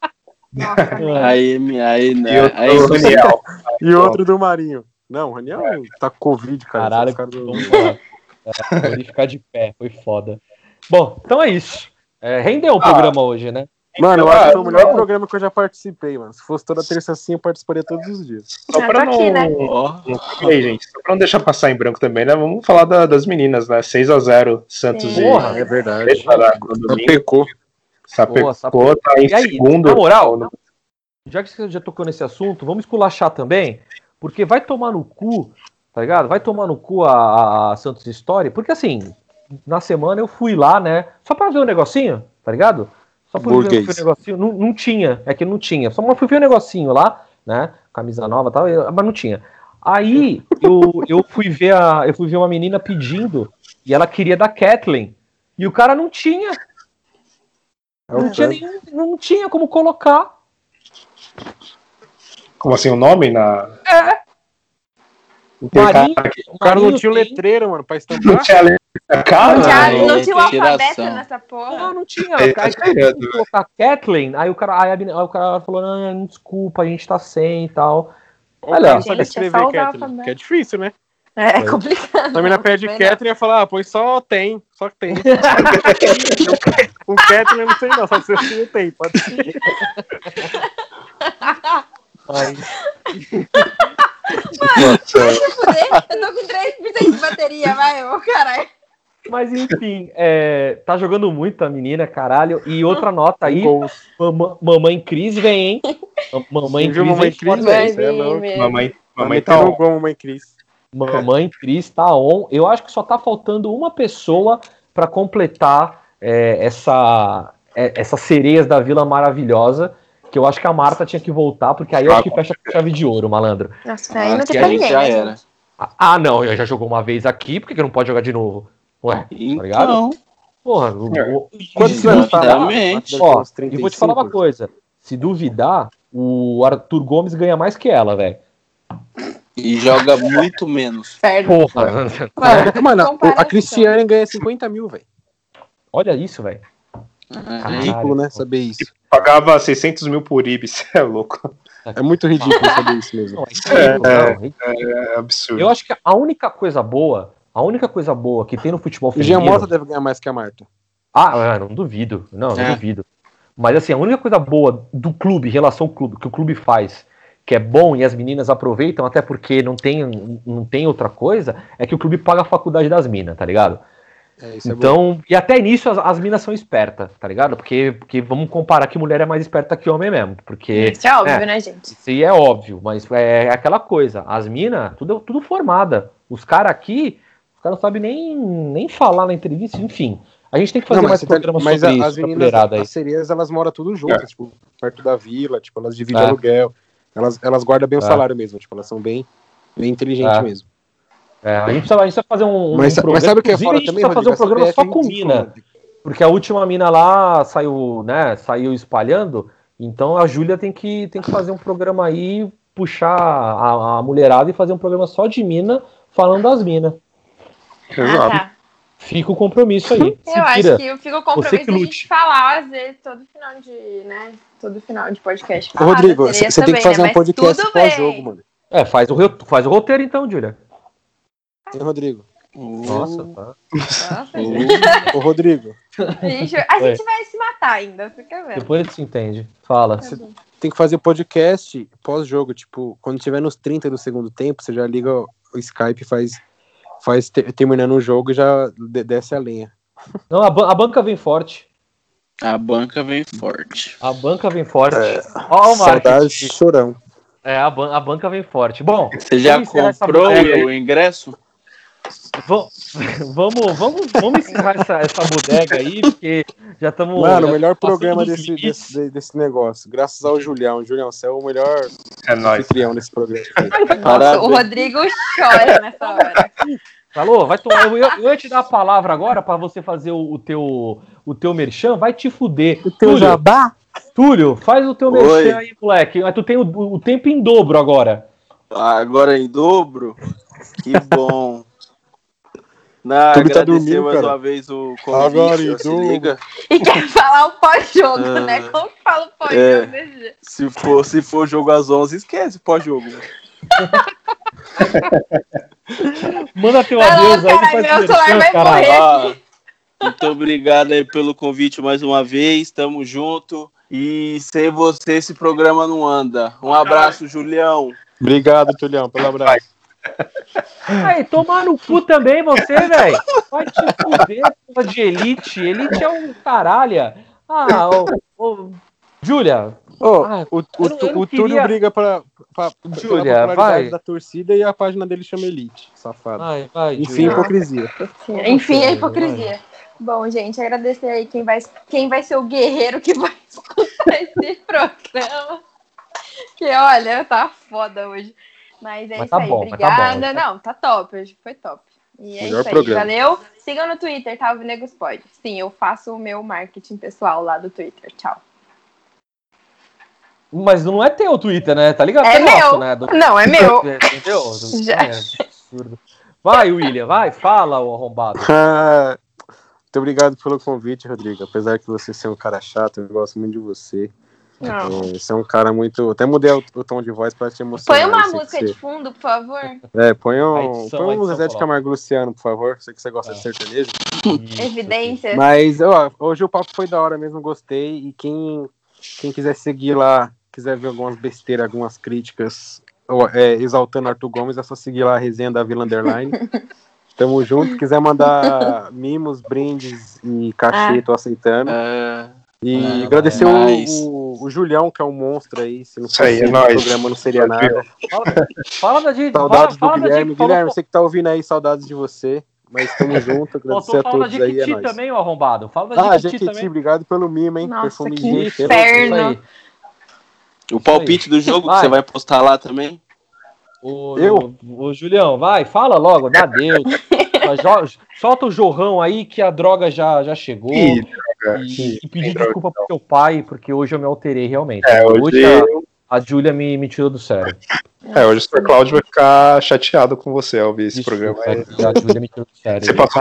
Aí, Raniel. E outro do Marinho. Não, o Raniel tá com Covid, cara. Caralho, glorificar de pé, foi foda. Bom, então é isso. Rendeu o programa hoje, né? Mano, eu acho que foi o melhor programa que eu já participei, mano. Se fosse toda terça assim, eu participaria todos os dias. Só pra não... aqui, né? gente, só pra não deixar passar em branco também, né? Vamos falar das meninas, né? 6-0, Santos Porra, é verdade. Sapecou. Sapecou, tá em segundo. Na moral, já que você já tocou nesse assunto, vamos esculachar também, porque vai tomar no cu, tá ligado? Vai tomar no cu a Santos Story, porque assim, na semana eu fui lá, né? Só pra ver o negocinho, tá ligado? Só por ver o negocinho, não tinha, não tinha. Só fui ver o negocinho lá, né? Camisa nova e tal, mas não tinha. Aí eu fui ver uma menina pedindo e ela queria da Kathleen. E o cara não tinha. Não tinha como colocar. Como assim, o nome na. O cara não tinha o letreiro, mano, pra estampar. Não tinha não tinha o alfabeto nessa porra. Não tinha. Aí eu colocar Kathleen, aí o cara falou, não, desculpa, a gente tá sem e tal. Olha, não sabe escrever Kathleen, que é difícil, né? É complicado. A menina pede Kathleen e ia falar, pois só tem. Com Kathleen eu não sei não, só se você não tem, pode ser. Mano, eu tô com 3% de bateria, vai, ô caralho. Mas enfim, tá jogando muito a menina, caralho. E outra nota aí, Mamãe Cris vem, hein? Mamãe Cris vem. Mamãe tá on. Mamãe Cris. Mamãe Cris tá on. Eu acho que só tá faltando uma pessoa pra completar essas sereias da Vila maravilhosa. Que eu acho que a Marta tinha que voltar, porque aí eu acho que fecha com chave de ouro, malandro. Nossa, aí não tem pra ninguém, né, gente? Não, já jogou uma vez aqui, por que não pode jogar de novo? Ué, então, tá ligado? Porra, quantos anos tá? Ó, e vou te falar uma coisa. Se duvidar, o Arthur Gomes ganha mais que ela, velho. E joga muito menos. Porra. Mano, a Cristiane ganha 50 mil, velho. Olha isso, velho. Ridículo, né? Saber isso. Pagava 600 mil por Ibis, é louco. É muito ridículo saber isso mesmo. É absurdo. Eu acho que a única coisa boa que tem no futebol feminino... O Giamota deve ganhar mais que a Marta. Não duvido. Não duvido. Mas assim, a única coisa boa do clube, em relação ao clube, que o clube faz, que é bom e as meninas aproveitam, até porque não tem outra coisa, é que o clube paga a faculdade das minas, tá ligado? Então, e até nisso as minas são espertas, tá ligado? Porque vamos comparar que mulher é mais esperta que homem mesmo. Porque, isso é óbvio, né, gente? Isso é óbvio, mas é aquela coisa. As minas, tudo formada. Os caras aqui, os caras não sabem nem falar na entrevista, enfim. A gente tem que fazer mais programas sobre isso. Mas as meninas, as sereias, elas moram tudo juntas, tipo, perto da vila, tipo, elas dividem aluguel. Elas guardam bem o salário mesmo, tipo, elas são bem inteligentes mesmo. A gente precisa fazer um programa. Mas sabe o que é fora também, Rodrigo? Fazer um programa só com mina. Porque a última mina lá saiu espalhando. Então a Júlia tem que fazer um programa aí, puxar a mulherada e fazer um programa só de mina, falando das minas. Tá. Fica o compromisso aí. Acho que fica o compromisso de a gente falar, às vezes, todo final de podcast. Rodrigo, você tem que fazer um podcast pós-jogo, mano. Faz o roteiro então, Júlia. Hein, Rodrigo? Nossa, tá. Ô, Rodrigo. A gente vai se matar ainda, fica vendo. Depois a gente se entende. Fala. tem que fazer podcast pós-jogo, tipo, quando tiver nos 30 do segundo tempo, você já liga o Skype, terminando o jogo e já desce a lenha. Não, a banca vem forte. A banca vem forte. A banca vem forte. Ó, o saudade de Chorão. A banca vem forte. Bom, você já comprou o ingresso? Vamos encerrar essa bodega aí, porque já estamos... Mano, o melhor programa desse negócio. Graças ao Julião. Julião, você é o melhor anfitrião desse programa. Nossa, o Rodrigo chora nessa hora. Falou? Vai tomar. Eu ia te dar a palavra agora para você fazer o teu merchan. Vai te fuder. O teu jabá? Túlio, faz o teu merchan aí, moleque. Mas tu tem o tempo em dobro agora. Agora em dobro? Que bom. Agradecer mais uma vez o convite. Agora, se liga. E quer falar o pós-jogo, né? Como que fala o pós-jogo? Se for jogo às 11, esquece o pós-jogo. Manda teu adeus aí. Meu celular vai morrer. Muito obrigado aí pelo convite mais uma vez. Tamo junto. E sem você esse programa não anda. Um abraço, Julião. Obrigado, Julião, pelo abraço. Aí, tomar no cu também você, velho. Vai te fuder, porra de Elite. Elite é um caralho. Júlia. O Túlio briga pela popularidade da torcida e a página dele chama Elite, safado. Enfim, hipocrisia. Enfim, a hipocrisia. Bom, gente, agradecer aí quem vai ser o guerreiro que vai escutar esse programa. Que, olha, tá foda hoje. Mas é isso aí, obrigada. Não, tá top, hoje foi top. E é melhor isso aí, programa. Valeu. Sigam no Twitter, tá? Alvinegros Pod. Sim, eu faço o meu marketing pessoal lá do Twitter. Tchau. Mas não é teu Twitter, né? Tá ligado? É meu. Nosso, né? Não, é meu. Entendeu? Já. Absurdo. Vai, William, vai, fala, o arrombado. Muito obrigado pelo convite, Rodrigo. Apesar de você ser um cara chato, eu gosto muito de você. Você é um cara muito... Até mudei o tom de voz pra te emocionar. Põe uma música de fundo, por favor. Põe um Zezé de Camargo Luciano, por favor. Sei que você gosta de sertanejo. Evidências. Mas hoje o papo foi da hora mesmo, gostei. E quem quiser seguir lá, quiser ver algumas besteiras, algumas críticas, exaltando Arthur Gomes, é só seguir lá a resenha da Vila Underline. Tamo junto. Quiser mandar mimos, brindes e cachê, tô aceitando. E agradecer o Julião, que é um monstro aí. Se não fosse o programa, não seria nada. Fala da gente. Saudades do Guilherme. Guilherme, você que tá ouvindo aí, saudades de você. Mas estamos juntos. Agradecer a todos aí. É nóis. Também, o arrombado. Fala da Jequiti também. Obrigado pelo mimo, hein? Nossa, que inferno. O palpite do jogo que você vai postar lá também. O Julião, vai, fala logo, dá Deus. Solta o jorrão aí que a droga já chegou. E pedir desculpa pro teu pai, porque hoje eu me alterei realmente. Hoje a Júlia me tirou do sério. Hoje o Sr. Cláudio vai ficar chateado com você ao ouvir esse programa. A Júlia me tirou do sério. Você passou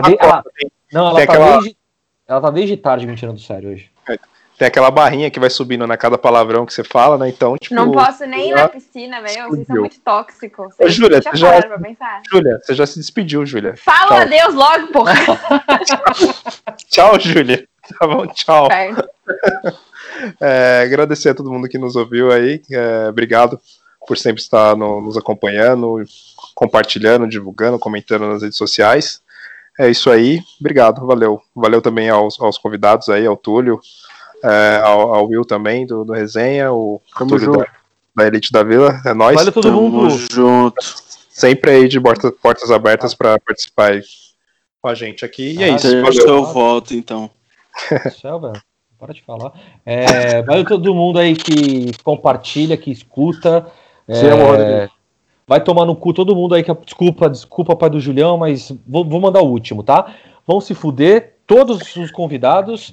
ela tá desde tarde me tirando do sério hoje. Tem aquela barrinha que vai subindo na cada palavrão que você fala, né? Então, tipo... Não posso nem ir na piscina, velho. Vocês são muito tóxicos. Júlia, você já se despediu, Júlia. Fala adeus logo, porra. Tchau, Júlia. Tá bom, tchau. Agradecer a todo mundo que nos ouviu aí. Obrigado por sempre estar nos acompanhando, compartilhando, divulgando, comentando nas redes sociais. É isso aí. Obrigado, valeu. Valeu também aos convidados aí, ao Túlio, ao Will também, do Resenha, o Túlio da Elite da Vila. É nóis. Valeu todo mundo. Junto. Sempre aí de portas abertas para participar aí com a gente aqui. E é isso. Eu volto, então. Velho. Para de falar. Valeu todo mundo aí que compartilha, que escuta. Vai tomar no cu todo mundo aí que... Desculpa, pai do Julião, mas vou mandar o último, tá? Vão se fuder, todos os convidados.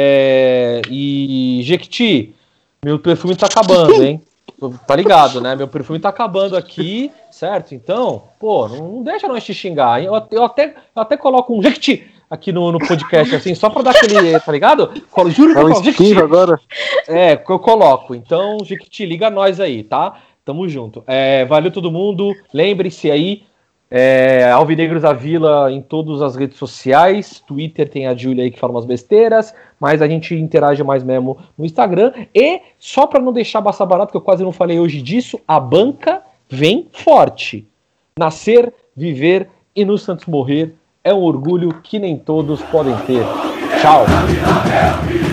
E Jequiti, meu perfume tá acabando, hein? Tá ligado, né? Meu perfume tá acabando aqui, certo? Então, pô, não deixa nós te xingar, hein? Eu até coloco um Jequiti aqui no podcast, assim, só pra dar aquele, tá ligado? Juro que eu falo Jequiti. Agora. Que eu coloco. Então, Jequiti, liga nós aí, tá? Tamo junto. Valeu todo mundo. Lembre-se aí, Alvinegros da Vila em todas as redes sociais. Twitter tem a Júlia aí que fala umas besteiras, mas a gente interage mais mesmo no Instagram. E, só para não deixar passar barato, que eu quase não falei hoje disso, a banca vem forte. Nascer, viver e no Santos morrer é um orgulho que nem todos podem ter. Tchau!